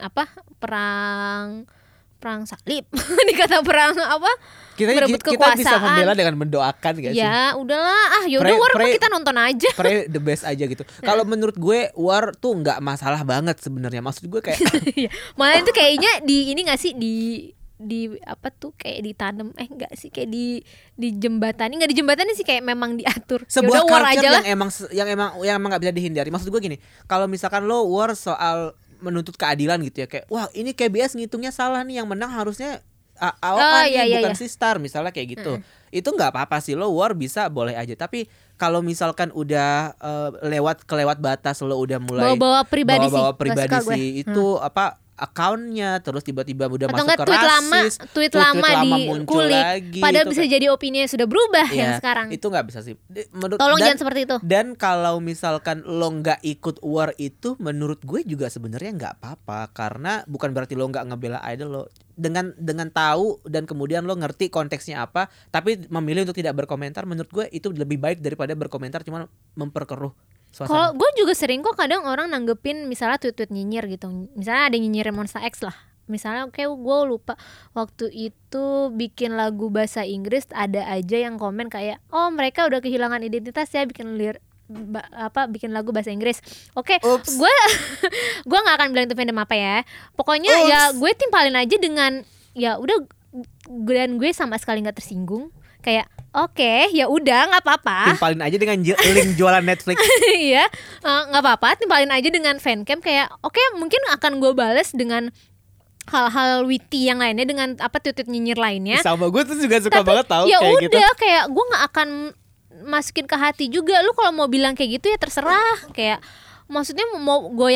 salib. Dikata perang apa? Merebut Kita bisa kekuasaan. membela dengan mendoakan gak sih? Ya udahlah, yaudah war mah kita nonton aja. Pray the best aja gitu. Kalau menurut gue war tuh nggak masalah banget sebenarnya. Maksud gue kayak Malah itu kayaknya di ini nggak sih, di apa tuh, kayak ditanam enggak sih, kayak di jembatani, nggak di jembatani sih, kayak memang diatur. sebuah Yaudah, war culture aja lah. yang emang nggak bisa dihindari. Maksud gue gini, kalau misalkan lo war soal menuntut keadilan gitu ya, kayak wah ini KBS ngitungnya salah nih, yang menang harusnya bukan si Star misalnya kayak gitu. Itu nggak apa-apa sih, lo war bisa boleh aja. Tapi kalau misalkan udah kelewat batas, lo udah mulai bawa pribadi sih itu apa akunnya, terus tiba-tiba udah atau masuk ke rasis, tweet lama muncul dikulik lagi, padahal itu bisa jadi opini sudah berubah yang sekarang. Itu nggak bisa sih. Tolong jangan seperti itu. Dan kalau misalkan lo nggak ikut war itu, menurut gue juga sebenarnya nggak apa-apa, karena bukan berarti lo nggak ngebela idol lo. Dengan tahu dan kemudian lo ngerti konteksnya apa, tapi memilih untuk tidak berkomentar, menurut gue itu lebih baik daripada berkomentar cuma memperkeruh suasana. Kalau gue juga sering kok kadang orang nanggepin misalnya tweet-tweet nyinyir gitu. Misalnya ada nyinyirin Monsta X lah. Misalnya kayak gue lupa waktu itu bikin lagu bahasa Inggris, ada aja yang komen kayak, oh mereka udah kehilangan identitas ya bikin bikin lagu bahasa Inggris. Oke, gue nggak akan bilang itu fandom apa ya. Pokoknya ya gue timpalin aja dengan ya udah, dan gue sama sekali nggak tersinggung. Kayak oke, ya udah nggak apa-apa. Timpalin aja dengan link jualan Netflix. Iya, nggak apa-apa. Timpalin aja dengan fancam kayak oke, mungkin akan gue bales dengan hal-hal witty yang lainnya, dengan apa tweet nyinyir lainnya. Sama gue tuh juga suka banget tahu ya kayak gitu. Ya udah, kayak gue nggak akan masukin ke hati juga. Lu kalau mau bilang kayak gitu ya terserah. Kayak maksudnya mau gue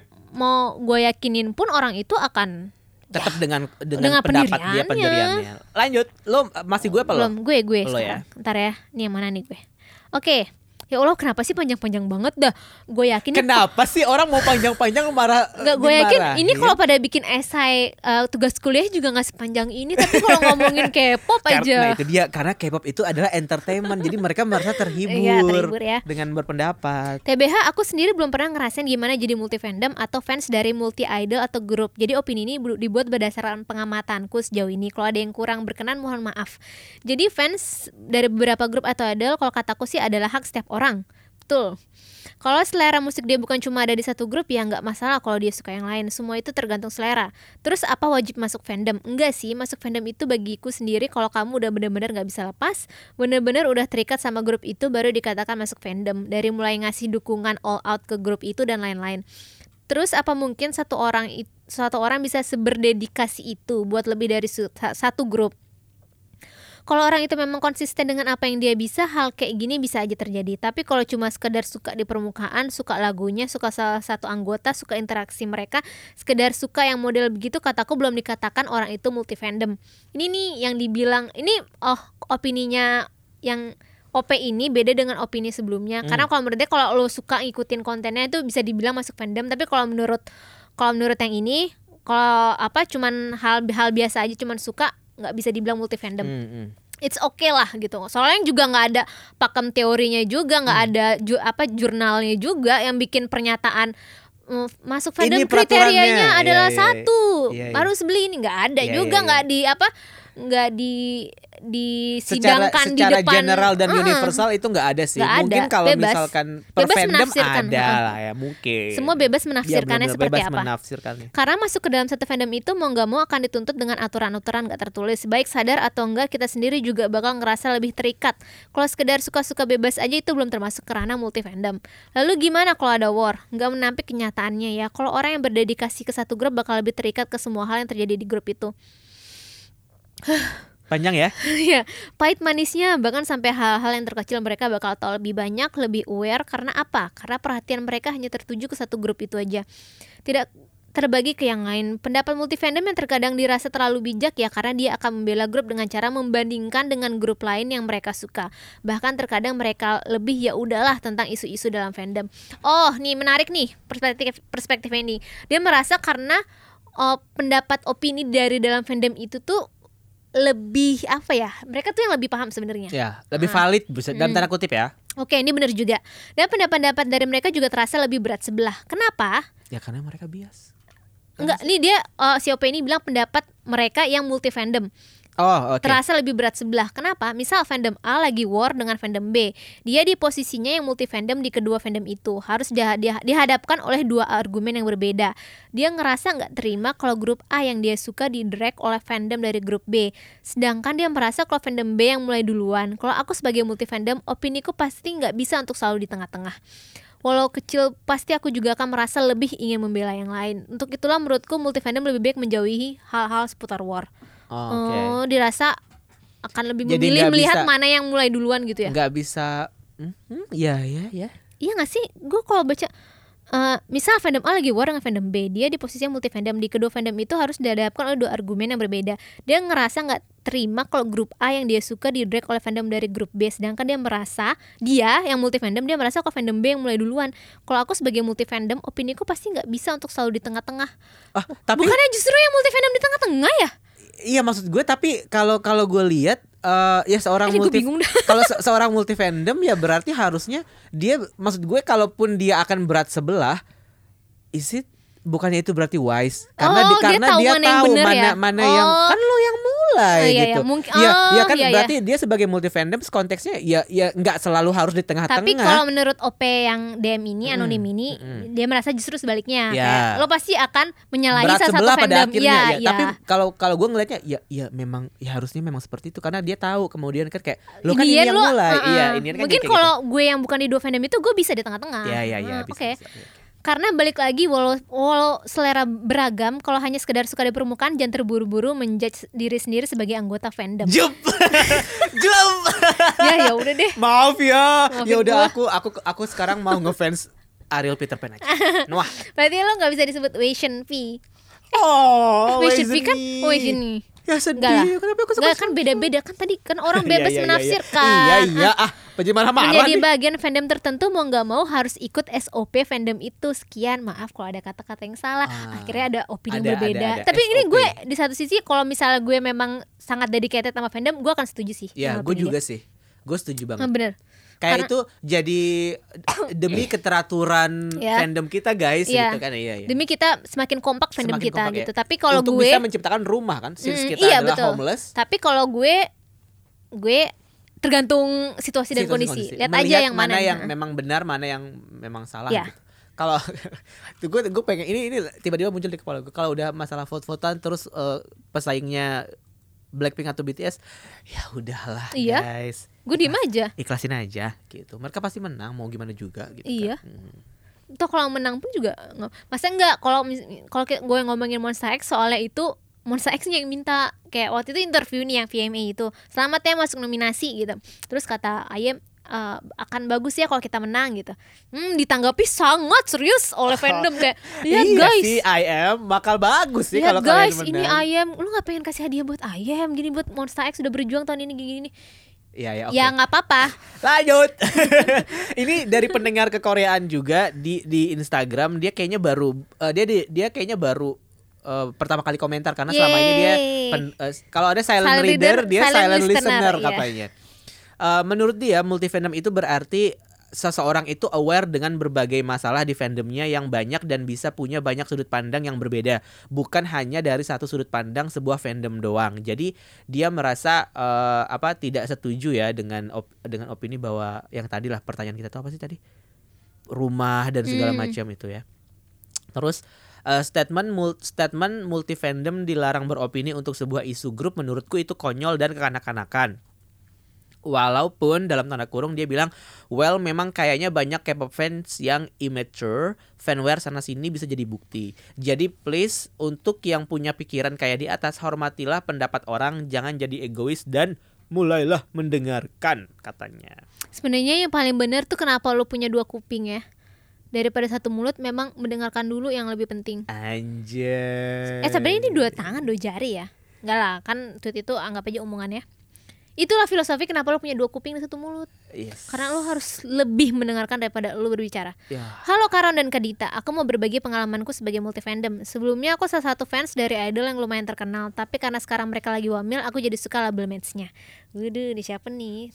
yakinin pun orang itu akan tetap dengan pendapat dia, pendiriannya. Lanjut, lo masih gue apa lo? Belum, gue lo sekarang. Ya? Ntar ya, nih yang mana nih gue? Oke. Ya Allah, kenapa sih panjang-panjang banget dah? Gue yakin. Kenapa sih orang mau panjang-panjang marah? Gak, gue yakin ini kalau pada bikin esai tugas kuliah juga gak sepanjang ini. Tapi kalau ngomongin K-pop aja. Karena itu dia, karena K-pop itu adalah entertainment. Jadi mereka merasa terhibur ya, dengan berpendapat. TBH, aku sendiri belum pernah ngerasain gimana jadi multi fandom atau fans dari multi idol atau grup. Jadi opini ini dibuat berdasarkan pengamatanku sejauh ini. Kalau ada yang kurang berkenan mohon maaf. Jadi fans dari beberapa grup atau idol, kalau kataku sih adalah hak setiap orang. Betul. Kalau selera musik dia bukan cuma ada di satu grup ya nggak masalah kalau dia suka yang lain. Semua itu tergantung selera. Terus apa wajib masuk fandom? Enggak sih, masuk fandom itu bagiku sendiri kalau kamu udah benar-benar nggak bisa lepas, benar-benar udah terikat sama grup itu baru dikatakan masuk fandom. Dari mulai ngasih dukungan all out ke grup itu dan lain-lain. Terus apa mungkin satu orang bisa seberdedikasi itu buat lebih dari satu grup? Kalau orang itu memang konsisten dengan apa yang dia bisa, hal kayak gini bisa aja terjadi. Tapi kalau cuma sekedar suka di permukaan, suka lagunya, suka salah satu anggota, suka interaksi mereka, sekedar suka yang model begitu, kataku belum dikatakan orang itu multi fandom. Ini nih yang dibilang, ini opininya yang OP ini beda dengan opini sebelumnya. Karena kalau menurut dia kalau lo suka ngikutin kontennya itu bisa dibilang masuk fandom. Tapi kalau menurut yang ini, kalau cuman hal biasa aja, cuman suka, nggak bisa dibilang multi fandom. It's okay lah gitu. Soalnya juga nggak ada pakem teorinya juga, nggak ada jurnalnya juga yang bikin pernyataan masuk fandom kriterianya adalah satu harus beli ini, nggak ada juga, nggak disidangkan di depan. Secara general dan universal itu nggak ada sih. Mungkin kalau misalkan per fandom ada lah ya, mungkin. Semua bebas menafsirkannya seperti apa. Karena masuk ke dalam satu fandom itu mau nggak mau akan dituntut dengan aturan-aturan nggak tertulis. Baik sadar atau enggak, kita sendiri juga bakal ngerasa lebih terikat. Kalau sekedar suka-suka bebas aja itu belum termasuk ke ranah multi fandom. Lalu gimana kalau ada war? Nggak menampik kenyataannya ya. Kalau orang yang berdedikasi ke satu grup bakal lebih terikat ke semua hal yang terjadi di grup itu. Panjang ya? Ya, pahit manisnya bahkan sampai hal-hal yang terkecil mereka bakal tahu lebih banyak, lebih aware. Karena apa? Karena perhatian mereka hanya tertuju ke satu grup itu aja, tidak terbagi ke yang lain. Pendapat multi fandom yang terkadang dirasa terlalu bijak ya karena dia akan membela grup dengan cara membandingkan dengan grup lain yang mereka suka. Bahkan terkadang mereka lebih ya udahlah tentang isu-isu dalam fandom. Oh, nih menarik nih perspektifnya ini. Dia merasa karena pendapat opini dari dalam fandom itu tuh lebih mereka tuh yang lebih paham sebenarnya. Ya, lebih valid dalam tanda kutip ya. Oke, ini benar juga. Dan pendapat dari mereka juga terasa lebih berat sebelah. Kenapa? Ya karena mereka bias. Enggak, ini dia si OP ini bilang pendapat mereka yang multi fandom. Oh, okay. Terasa lebih berat sebelah. Kenapa? Misal fandom A lagi war dengan fandom B. Dia di posisinya yang multi fandom di kedua fandom itu. Harus dihadapkan oleh dua argumen yang berbeda. Dia ngerasa gak terima kalau grup A yang dia suka di-drag oleh fandom dari grup B. Sedangkan dia merasa kalau fandom B yang mulai duluan. Kalau aku sebagai multi fandom, opiniku pasti gak bisa untuk selalu di tengah-tengah. Walau kecil, pasti aku juga akan merasa lebih ingin membela yang lain. Untuk itulah menurutku multi fandom lebih baik menjauhi hal-hal seputar war. Dirasa akan lebih memilih melihat mana yang mulai duluan gitu ya. Nggak bisa ya. Iya nggak sih? Gue kalau baca misal fandom A lagi war dengan fandom B, dia di posisi yang multi fandom. Di kedua fandom itu harus dihadapkan oleh dua argumen yang berbeda. Dia ngerasa nggak terima kalau grup A yang dia suka di-drag oleh fandom dari grup B. Sedangkan dia yang multi fandom, dia merasa kalau fandom B yang mulai duluan. Kalau aku sebagai multi fandom, opiniku pasti nggak bisa untuk selalu di tengah-tengah. Tapi bukannya justru yang multi fandom di tengah-tengah ya? Iya, maksud gue, tapi kalau gue lihat ya seorang seorang multi fandom ya berarti harusnya dia, maksud gue kalaupun dia akan berat sebelah, bukannya itu berarti wise karena dia tahu mana yang kan lo yang mulai gitu. Berarti dia sebagai multi fandom konteksnya ya nggak selalu harus di tengah-tengah. Tapi kalau menurut OP yang DM ini anonim ini dia merasa justru sebaliknya. Kayak, lo pasti akan menyalahi salah satu fandom. Tapi kalau gue ngelihatnya ya memang ya harusnya memang seperti itu karena dia tahu kemudian kan kayak lo kan ini yang mulai. Mungkin kalau gue yang bukan di dua fandom itu gue bisa di tengah-tengah. Oke. Karena balik lagi walau selera beragam, kalau hanya sekedar suka di permukaan, jangan terburu-buru menjudge diri sendiri sebagai anggota fandom. Jump. Ya udah deh. Maaf ya. Ya udah aku sekarang mau ngefans Ariel Peter Pan aja. Noah. Berarti lo nggak bisa disebut Weixin P. Weixin P kan Weixin nih. Ya sedih. Kenapa aku suka? Kan beda-beda kan tadi kan orang bebas menafsirkan. Iya. Penjemaran marah. Menjadi bagian fandom tertentu mau nggak mau harus ikut SOP fandom itu. Sekian, maaf kalau ada kata-kata yang salah. Akhirnya ada opini yang berbeda. Tapi SOP. Ini gue di satu sisi kalau misalnya gue memang sangat dedicated sama fandom, gue akan setuju sih. Iya, gue juga sih. Gue setuju banget. Bener. Kayak itu jadi demi keteraturan fandom kita guys gitu kan. Iya. Demi kita semakin kompak fandom kita gitu. Tapi kalau untuk bisa menciptakan rumah kan since kita adalah betul. homeless. Tapi kalau gue tergantung situasi dan kondisi. Lihat aja Melihat yang mana yang memang benar, mana yang memang salah Ya. gitu. Kalau gue pengen ini tiba-tiba muncul di kepala gue, kalau udah masalah vote-votan terus pesaingnya Blackpink atau BTS, ya udahlah Iya. guys. Gue diem aja. Ikhlasin aja gitu. Mereka pasti menang mau gimana juga gitu. Iya. Kan. Toh kalau menang pun juga masa enggak, kalau gue ngomongin Monsta X soalnya itu Monsta X yang minta, kayak waktu itu interview nih yang VMA itu, selamat ya masuk nominasi gitu. Terus kata Ayem, akan bagus ya kalau kita menang gitu. Ditanggapi sangat serius oleh fandom kayak, lihat Iya guys, sih, IM bakal bagus sih lihat kalau guys, kalian ini menang. Ayem, lu nggak pengen kasih hadiah buat Ayem gini, buat Monsta X udah berjuang tahun ini gini. Iya, oke. Ya nggak apa-apa. Lanjut. Ini dari pendengar kekoreaan juga di Instagram, dia kayaknya baru dia kayaknya baru pertama kali komentar karena selama ini dia kalau ada silent reader, dia silent listener iya. katanya. Menurut dia multi fandom itu berarti seseorang itu aware dengan berbagai masalah di fandomnya yang banyak dan bisa punya banyak sudut pandang yang berbeda, bukan hanya dari satu sudut pandang sebuah fandom doang. Jadi dia merasa tidak setuju ya dengan opini bahwa yang tadi lah, pertanyaan kita tuh apa sih tadi? Rumah dan segala macam itu ya. Terus statement multi fandom dilarang beropini untuk sebuah isu grup, menurutku itu konyol dan kekanak-kanakan. Walaupun dalam tanda kurung dia bilang, well memang kayaknya banyak K-pop fans yang immature, fanware sana sini bisa jadi bukti. Jadi please, untuk yang punya pikiran kayak di atas, hormatilah pendapat orang, jangan jadi egois dan mulailah mendengarkan, katanya. Sebenarnya yang paling benar tuh kenapa lu punya 2 kuping ya? Daripada 1 mulut, memang mendengarkan dulu yang lebih penting. Anjay. Sebenarnya ini 2 tangan 2 jari ya. Enggak lah, kan tweet itu anggap aja omongannya. Itulah filosofi kenapa lo punya 2 kuping dan 1 mulut. Yes. Karena lo harus lebih mendengarkan daripada lo berbicara. Ya. Halo Karon dan Kadita, aku mau berbagi pengalamanku sebagai multi fandom. Sebelumnya aku salah satu fans dari idol yang lumayan terkenal, tapi karena sekarang mereka lagi wamil, aku jadi suka label matchnya. Waduh, ini siapa nih?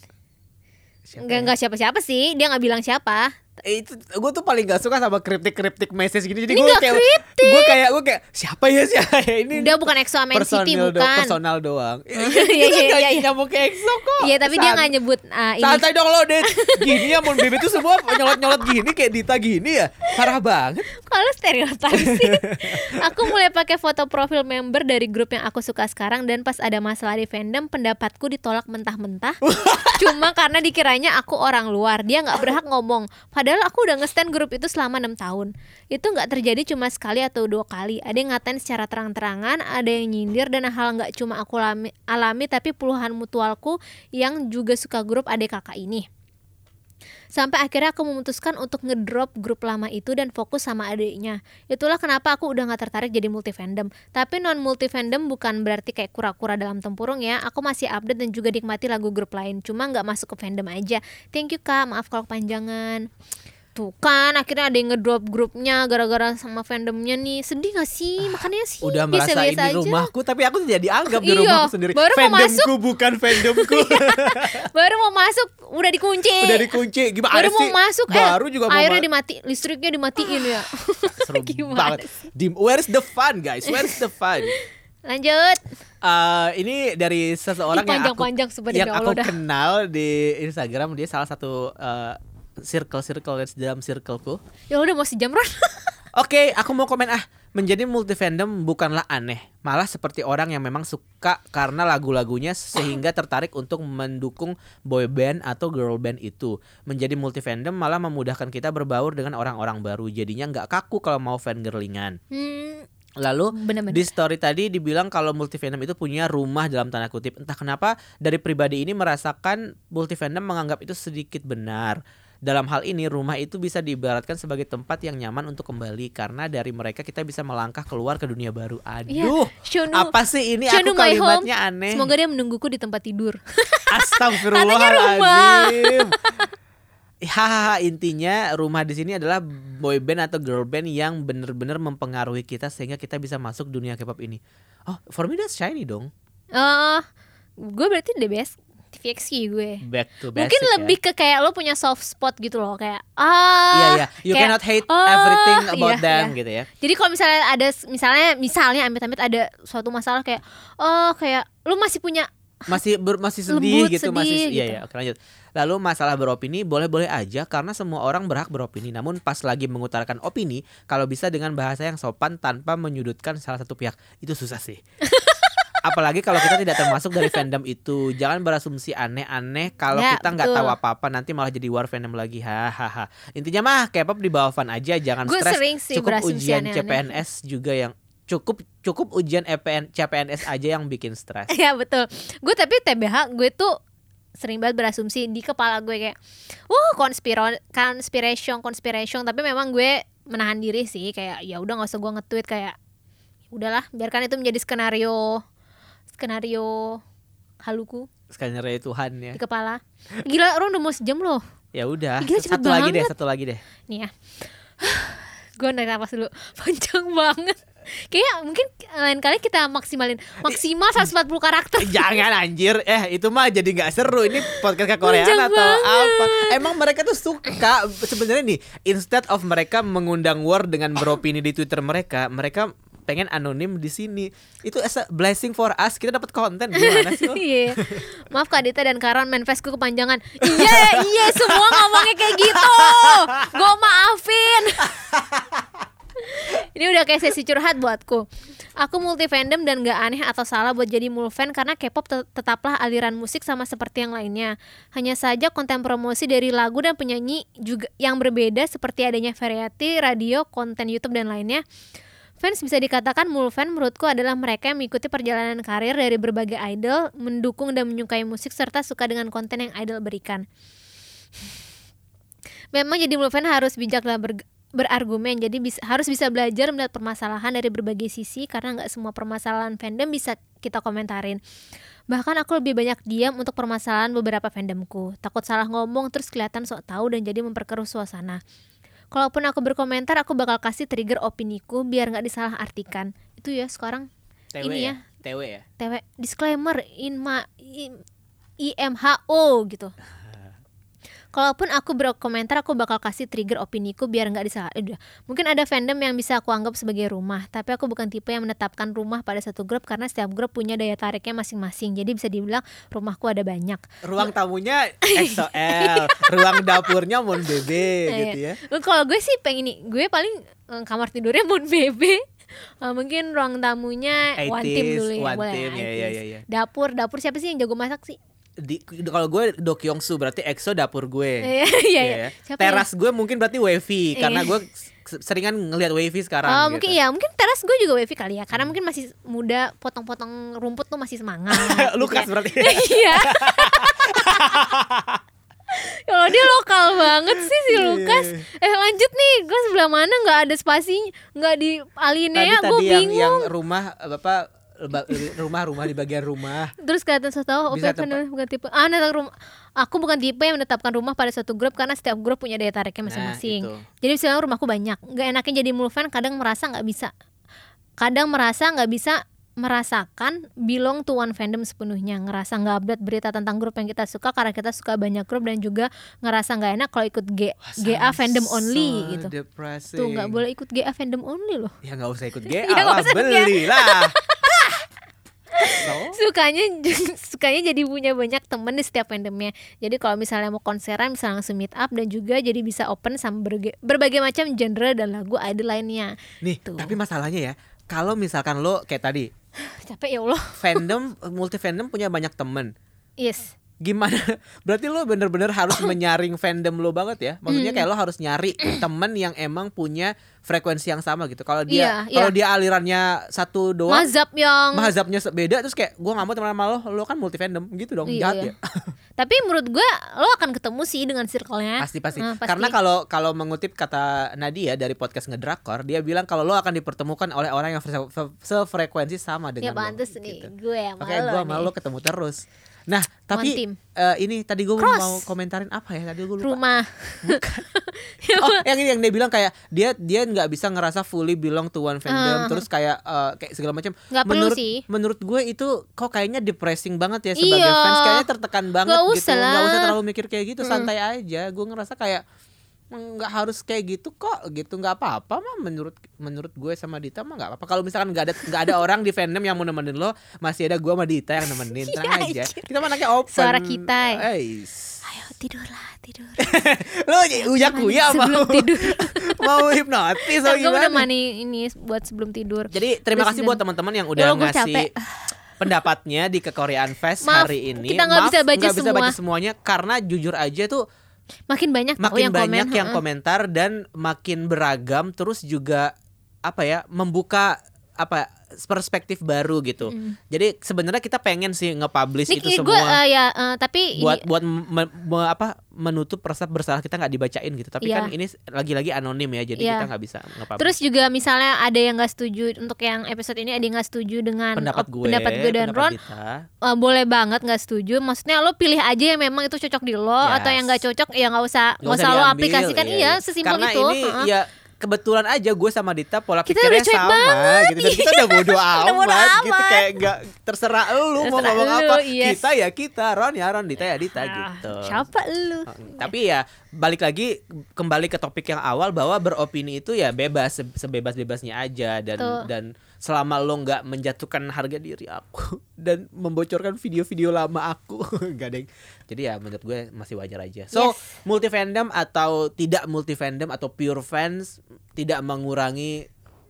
Enggak siapa-siapa sih, dia nggak bilang siapa. Itu gue tuh paling gak suka sama kritik message gini. Jadi Ini gue nggak kayak siapa ya ini Udah bukan EXO sama NCT, bukan. personal doang. Iya. Nyamuk ke EXO kok. Iya, tapi dia nggak nyebut ini. Santai dong lo, Det. Gini ya Mon Bebe tuh semua nyolot-nyolot gini kayak Dita gini ya. Parah banget. Kalau stereotip sih. Aku mulai pakai foto profil member dari grup yang aku suka sekarang, dan pas ada masalah di fandom, pendapatku ditolak mentah-mentah. Cuma karena dikiranya aku orang luar, dia nggak berhak ngomong. Padahal aku udah nge-stan grup itu selama 6 tahun. Itu nggak terjadi cuma sekali atau 2 kali. Ada yang ngatain secara terang-terangan, ada yang nyindir, dan hal nggak cuma aku alami tapi puluhan mutualku yang juga suka grup adik kakak ini. Sampai akhirnya aku memutuskan untuk ngedrop grup lama itu dan fokus sama adiknya. Itulah kenapa aku udah gak tertarik jadi multi fandom. Tapi non multi fandom bukan berarti kayak kura-kura dalam tempurung ya. Aku masih update dan juga nikmati lagu grup lain, cuma gak masuk ke fandom aja. Thank you Kak, maaf kalau kepanjangan. Tuh kan, akhirnya ada yang ngedrop grupnya gara-gara sama fandomnya nih. Sedih gak sih? Makanya sih udah merasa ini aja. rumahku, tapi aku tidak dianggap di Iya, rumahku sendiri. baru mau Fandomku masuk. bukan fandomku. Baru mau masuk udah dikunci. Udah dikunci. Gimana Baru sih? mau masuk Baru juga mau airnya listriknya dimatiin ya. Seru Gimana banget. Where's the fun guys? Where's the fun? Lanjut. Ini dari seseorang Panjang-panjang sebenarnya, yang aku kenal di Instagram. Dia salah satu circle dalam circleku. Ya udah mau sejam Ron. Oke, aku mau komen menjadi multi fandom bukanlah aneh, malah seperti orang yang memang suka karena lagu-lagunya sehingga tertarik untuk mendukung boy band atau girl band itu. Menjadi multi fandom malah memudahkan kita berbaur dengan orang-orang baru, jadinya nggak kaku kalau mau fangirlingan. Lalu Bener-bener. di story tadi dibilang kalau multi fandom itu punya rumah dalam tanda kutip. Entah kenapa dari pribadi ini merasakan multi fandom menganggap itu sedikit benar. Dalam hal ini rumah itu bisa diibaratkan sebagai tempat yang nyaman untuk kembali, karena dari mereka kita bisa melangkah keluar ke dunia baru. Aduh, apa sih ini? Aku kalimatnya aneh. Semoga dia menungguku di tempat tidur. Astagfirullahaladzim. Hahaha, intinya rumah di sini adalah boy band atau girl band yang benar-benar mempengaruhi kita sehingga kita bisa masuk dunia K-pop ini. Oh, for me that's Shiny dong. Gue berarti DBS TVXQ gue. Back to basic. Mungkin lebih ke kayak lo punya soft spot gitu loh, kayak iya. You kayak, cannot hate everything about iya, them iya. gitu ya. Jadi kalau misalnya misalnya amit-amit ada suatu masalah kayak kayak lo masih punya masih sedih Lembut, gitu, sedih masih gitu. iya. Oke, lanjut. Lalu masalah beropini boleh-boleh aja karena semua orang berhak beropini. Namun pas lagi mengutarakan opini, kalau bisa dengan bahasa yang sopan tanpa menyudutkan salah satu pihak. Itu susah sih. Apalagi kalau kita tidak termasuk dari fandom itu. Jangan berasumsi aneh-aneh kalau Ya, kita nggak betul. tahu apa-apa, nanti malah jadi war fandom lagi. Hahaha. Intinya mah K-pop dibawa fun aja, jangan Gue stres. sering sih Cukup berasumsi ujian aneh-aneh. CPNS juga yang cukup ujian CPNS aja yang bikin stres. Ya betul. Gue tapi TBH gue tuh sering banget berasumsi di kepala gue kayak conspiration, tapi memang gue menahan diri sih, kayak ya udah nggak usah gue nge-tweet, kayak udahlah biarkan itu menjadi skenario haluku Skenario Tuhan ya. di kepala. Gila, Ron udah mau sejam loh. Ya udah, Gila, cepet satu lagi deh. Nih ya. Gue narik napas dulu. Panjang banget. Kayak mungkin lain kali kita maksimal 140 karakter. Jangan anjir, itu mah jadi nggak seru. Ini podcast Koreaan Panjang atau banget. apa? Emang mereka tuh suka sebenarnya nih. Instead of mereka mengundang war dengan beropini di Twitter mereka pengen anonim di sini. Itu as a blessing for us. Kita dapat konten gimana sih lo? Iya. Maaf Kak Dita dan Karon, manifestku kepanjangan. Iya, semua ngomongnya kayak gitu. Gue maafin. Ini udah kayak sesi curhat buatku. Aku multi fandom dan gak aneh atau salah buat jadi mulfan karena K-pop tetaplah aliran musik sama seperti yang lainnya. Hanya saja konten promosi dari lagu dan penyanyi juga yang berbeda, seperti adanya variety, radio, konten YouTube dan lainnya. Fans bisa dikatakan mulfan menurutku adalah mereka yang mengikuti perjalanan karir dari berbagai idol, mendukung dan menyukai musik serta suka dengan konten yang idol berikan. Memang jadi mulfan harus bijak dalam berargumen, jadi harus bisa belajar melihat permasalahan dari berbagai sisi, karena nggak semua permasalahan fandom bisa kita komentarin. Bahkan aku lebih banyak diam untuk permasalahan beberapa fandomku, takut salah ngomong terus kelihatan sok tahu dan jadi memperkeruh suasana. Kalaupun aku berkomentar, aku bakal kasih trigger opiniku biar nggak disalahartikan. Itu ya sekarang TW ini ya. TW disclaimer IMHO gitu. Kalaupun aku berkomentar, aku bakal kasih trigger opiniku biar nggak disalah. Mungkin ada fandom yang bisa aku anggap sebagai rumah, tapi aku bukan tipe yang menetapkan rumah pada satu grup karena setiap grup punya daya tariknya masing-masing. Jadi bisa dibilang rumahku ada banyak. Ruang tamunya XOL, ruang dapurnya Mon Bebe gitu ya. Kalau gue sih pengen nih, gue paling kamar tidurnya Mon Bebe. Mungkin ruang tamunya One Team dulu ya, boleh. Ya. Dapur siapa sih yang jago masak sih? Kalau gue Do Kyung-soo berarti EXO dapur gue. Iya. Teras gue mungkin berarti Wavy karena gue seringan ngelihat Wavy sekarang. Oh, gitu. mungkin teras gue juga Wavy kali ya, karena mungkin masih muda, potong-potong rumput tuh masih semangat. Lukas gitu ya. berarti. Iya. Kalau dia lokal banget sih si Lukas. Lanjut nih, gue sebelah mana nggak ada spasi, nggak di alinea, gue bingung. yang rumah rumah di bagian rumah. Terus kelihatan so tahu bukan tipe. Aku bukan tipe yang menetapkan rumah pada satu grup karena setiap grup punya daya tariknya masing-masing. Jadi misalnya rumahku banyak, nggak enaknya jadi mulfan. Kadang merasa nggak bisa merasakan belong to one fandom sepenuhnya, ngerasa nggak update berita tentang grup yang kita suka karena kita suka banyak grup, dan juga ngerasa nggak enak kalau ikut GA fandom only gitu. Depressing. Tuh nggak boleh ikut GA fandom only loh. Ya nggak usah ikut GA Ya, lah, belilah. Sukanya jadi punya banyak temen di setiap fandomnya. Jadi kalau misalnya mau konseran bisa langsung meet up, dan juga jadi bisa open sama berbagai macam genre dan lagu idol lainnya. Nih, tapi masalahnya ya, kalau misalkan lo kayak tadi capek ya Allah, multi fandom punya banyak temen. Yes. Gimana? Berarti lo bener-bener harus menyaring fandom lo banget ya. Maksudnya kayak lo harus nyari temen yang emang punya frekuensi yang sama gitu. Kalau dia dia alirannya satu doang, mazhabnya beda, terus kayak gue nggak mau teman sama lo kan multi fandom gitu dong. Jahat ya. Tapi menurut gue lo akan ketemu sih dengan circle-nya. Pasti. Karena kalau mengutip kata Nadia dari podcast Ngedrakor, dia bilang kalau lo akan dipertemukan oleh orang yang sefrekuensi sama dengan lo. Ya pantes nih, gitu. gue yang makanya gue sama lo ketemu terus. Nah, tapi ini tadi gue mau komentarin apa ya? Tadi gue lupa. Rumah. Yang dia bilang kayak dia nggak bisa ngerasa fully belong to one fandom, terus kayak segala macam. Menurut gue itu kok kayaknya depressing banget ya sebagai fans, kayaknya tertekan banget gitu. Nggak usah terlalu mikir kayak gitu, santai aja. Gue ngerasa kayak nggak harus kayak gitu kok gitu, nggak apa-apa mah menurut gue sama Dita mah nggak apa-apa. Kalau misalkan nggak ada orang di fandom yang mau nemenin lo, masih ada gue sama Dita yang nemenin. Tenang aja, kita mah anaknya open. Suara kita. Ayo tidurlah. Lo uya-kuya sebelum tidur. mau hipnotis atau Gue gimana? menemani ini buat sebelum tidur. Jadi terima kasih buat teman-teman yang udah gue ngasih pendapatnya di Kekoreaan Fest Maaf, hari ini. kita nggak bisa baca semuanya karena jujur aja tuh makin banyak yang komentar dan makin beragam, terus juga apa ya, membuka apa perspektif baru gitu. Jadi sebenarnya kita pengen sih nge-publish itu semua. Tapi buat menutup rasa bersalah kita nggak dibacain gitu. Tapi kan ini lagi-lagi anonim ya, jadi kita nggak bisa nge-publish. Terus juga misalnya ada yang nggak setuju untuk yang episode ini, ada yang nggak setuju dengan pendapat gue dan Ron, boleh banget nggak setuju. Maksudnya lo pilih aja yang memang itu cocok di lo, atau yang nggak cocok ya nggak usah lo aplikasikan. Sesimpel karena itu. Ini ya kebetulan aja gue sama Dita pola kita pikirnya sama banget, gitu. Dan kita udah bodo amat gitu, kayak nggak terserah lu mau ngomong apa. Kita ya kita, Ron ya Ron, Dita ya Dita gitu. Siapa lu? Tapi ya balik lagi kembali ke topik yang awal, bahwa beropini itu ya bebas, sebebas-bebasnya aja, dan selama lo nggak menjatuhkan harga diri aku dan membocorkan video-video lama aku nggak ada. Jadi ya menurut gue masih wajar aja. So multi fandom atau tidak multi fandom atau pure fans tidak mengurangi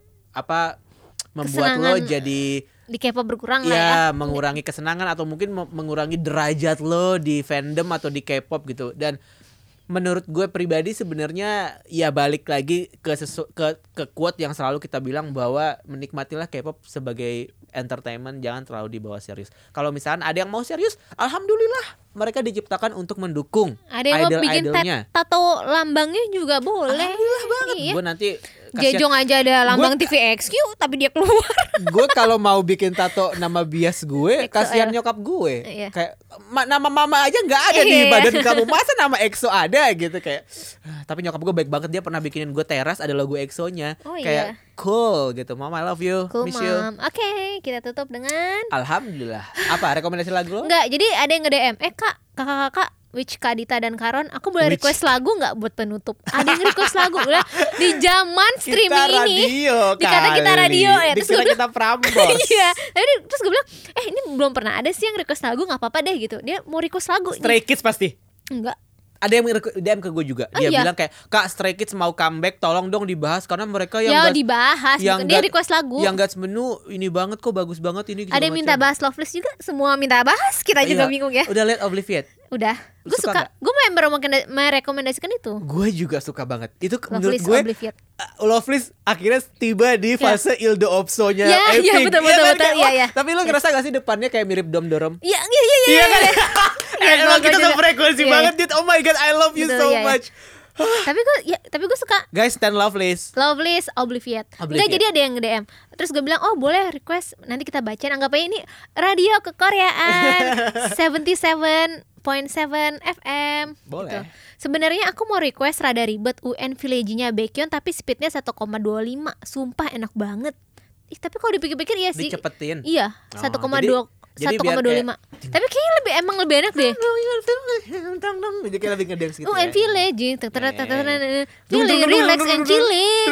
membuat kesenangan lo jadi di K-pop berkurang ya, mengurangi kesenangan atau mungkin mengurangi derajat lo di fandom atau di K-pop gitu. Dan menurut gue pribadi sebenarnya ya balik lagi ke quote yang selalu kita bilang, bahwa menikmatilah K-pop sebagai entertainment, jangan terlalu dibawa serius. Kalau misalnya ada yang mau serius, alhamdulillah mereka diciptakan untuk mendukung ada yang mau bikin tato lambangnya juga boleh. Alhamdulillah banget. Iya. Gue nanti Jejong aja ada lambang TVXQ tapi dia keluar. Gue kalau mau bikin tato nama bias gue, kasihan nyokap gue. Kayak nama mama aja nggak ada di badan kamu, masa nama EXO ada gitu kayak. Tapi nyokap gue baik banget, dia pernah bikinin gue teras ada logo EXO-nya. Kayak cool gitu. Mama I love you. Cool, miss you. Oke, kita tutup dengan alhamdulillah. Apa rekomendasi lagu lo? Enggak, jadi ada yang nge-DM, kakak which Kak Dita dan Karon, aku boleh request lagu nggak buat penutup? Ada yang request lagu udah di zaman streaming kita ini. Radio dikata kita radio ya. Terus gue bilang kita Prambors. Iya. Terus gue bilang, ini belum pernah ada sih yang request lagu, nggak apa-apa deh gitu. Dia mau request lagu. Stray Kids pasti. Enggak. Ada yang DM ke gue juga. Dia bilang kayak, Kak Stray Kids mau comeback, tolong dong dibahas karena mereka yang dibahas. Yang dia request lagu. Yang Guts menu ini banget kok, bagus banget ini. Ada yang minta bahas Loveless juga, semua minta bahas. Kita juga bingung ya. Udah lihat Obliviate? Udah. Gue suka. Gue merekomendasikan itu. Gue juga suka banget. Itu menurut Loveless, gue Obliviate. Loveless akhirnya tiba di fase Ildo Opso-nya. Iya betul. Tapi lu ngerasa gak sih depannya kayak mirip Dom Dorom? Iya kan? Emang kita sefrekuensi banget, dude. Oh my god, I love you so much. Tapi gue suka. Guys, stand Loveless, Obliviate. Enggak, jadi ada yang nge-DM. Terus gue bilang, oh boleh request, nanti kita bacain. Anggap aja ini radio kekoreaan 77.7 FM. Boleh. Gitu. Sebenarnya aku mau request rada ribet UN Village-nya Baekhyun tapi speednya 1,25. Sumpah enak banget. Tapi kalau dipikir-pikir iya sih. Dicepetin. Iya, 1,2 1,25. Tapi kayaknya lebih enak deh. Jadi kayak lebih ngedance gitu. UN Village, relax and chilling.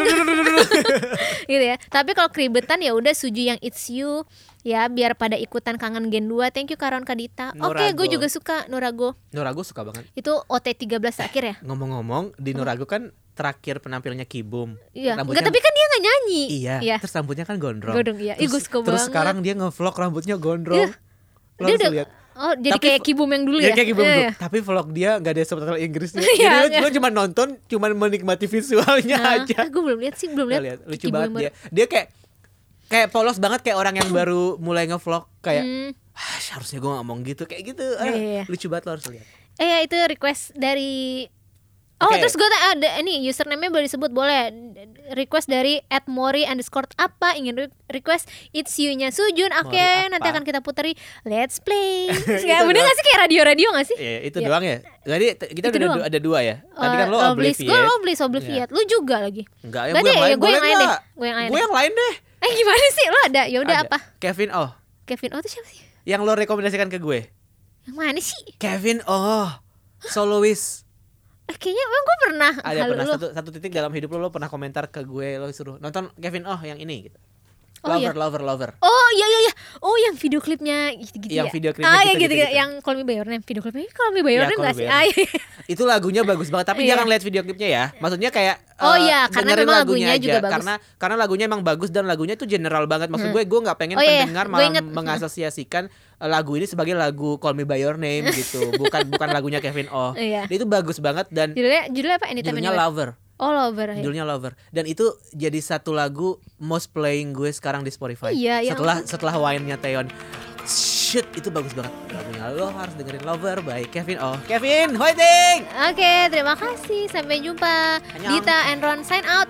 Gitu ya. Tapi kalau keribetan ya udah Suju yang It's You. Ya biar pada ikutan kangen Gen 2. Thank you Karon Kadita. Oke, gue juga suka Nurago suka banget. Itu OT13 akhir ya. Ngomong-ngomong di Nurago kan terakhir penampilnya Kibum. Iya. Enggak, tapi kan dia gak nyanyi. Iya. Terus rambutnya kan gondrong. Iya. Gue suka banget. Terus sekarang dia ngevlog rambutnya gondrong. Lo harus lihat. Oh, jadi kayak Kibum yang dulu ya? Kayak Kibum dulu. Tapi vlog dia gak ada subtitle Inggrisnya. Jadi lo cuma nonton, cuma menikmati visualnya aja. Gue belum lihat sih, Lucu banget dia. Dia kayak polos banget, kayak orang yang baru mulai ngevlog. Kayak harusnya gue ngomong gitu, kayak gitu. Lucu banget, lo harus lihat. Itu request dari terus gue ada ini username-nya boleh disebut, boleh request dari @mori_, apa ingin request It's You-nya Sujun. Oke, nanti akan kita puteri Let's Play. Ya bener gak sih, kayak radio gak sih? Iya, itu doang ya. Jadi kita udah ada dua ya. Tadi kan lo Obliviate. Gue Obliviate. Lu juga lagi. Enggak, gue yang lain deh. Gue yang lain deh. Gimana sih lo ada? Ya udah apa? Kevin Oh itu siapa sih? Yang lo rekomendasikan ke gue. Yang mana sih? Kevin Oh, soloist. Kayaknya emang gue pernah. Ada Halo, pernah lu. satu titik dalam hidup lo pernah komentar ke gue, lo suruh nonton Kevin Oh yang ini gitu. Oh, iya. Lover. Oh iya. Oh yang video klipnya gitu Yang ya. video klipnya gitu. gitu. Yang Call Me By Your Name, video klipnya Call Me By Your Ya, Name Call Me nggak By sih? Your Name. Iya. Itu lagunya bagus banget, tapi Iya. jangan lihat video klipnya ya. Maksudnya kayak Oh iya, karena dengerin memang lagunya lagunya aja. juga bagus. Karena lagunya emang bagus dan lagunya itu general banget. Maksud gue nggak pengen Oh iya, pendengar gue malah inget. mengasosiasikan lagu ini sebagai lagu Call Me By Your Name gitu. Bukan lagunya Kevin Oh. Iya. Dia itu bagus banget dan Judulnya apa? Anytime judulnya Anywhere. Lover. Oh Lover. Ya. Judulnya Lover. Dan itu jadi satu lagu most playing gue sekarang di Spotify. Iya, yang- Setelah Wine-nya Taeyeon. Shit, itu bagus banget lagunya. Lo harus dengerin Lover by Kevin Oh. Kevin, fighting! Oke, terima kasih. Sampai jumpa. Annyeong. Dita and Ron sign out.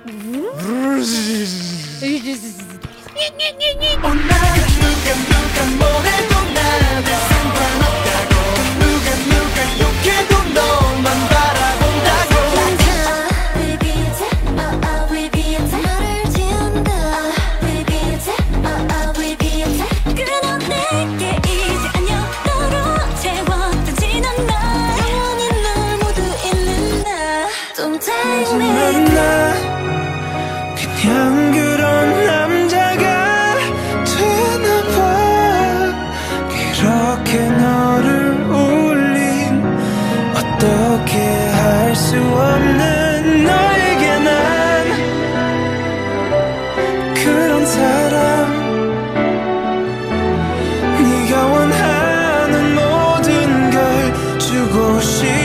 만나 그냥 그런 남자가 되나 봐 그렇게 너를 울린 어떻게 할 수 없는 너에게 난 그런 사람 네가 원하는 모든 걸 주고 싶어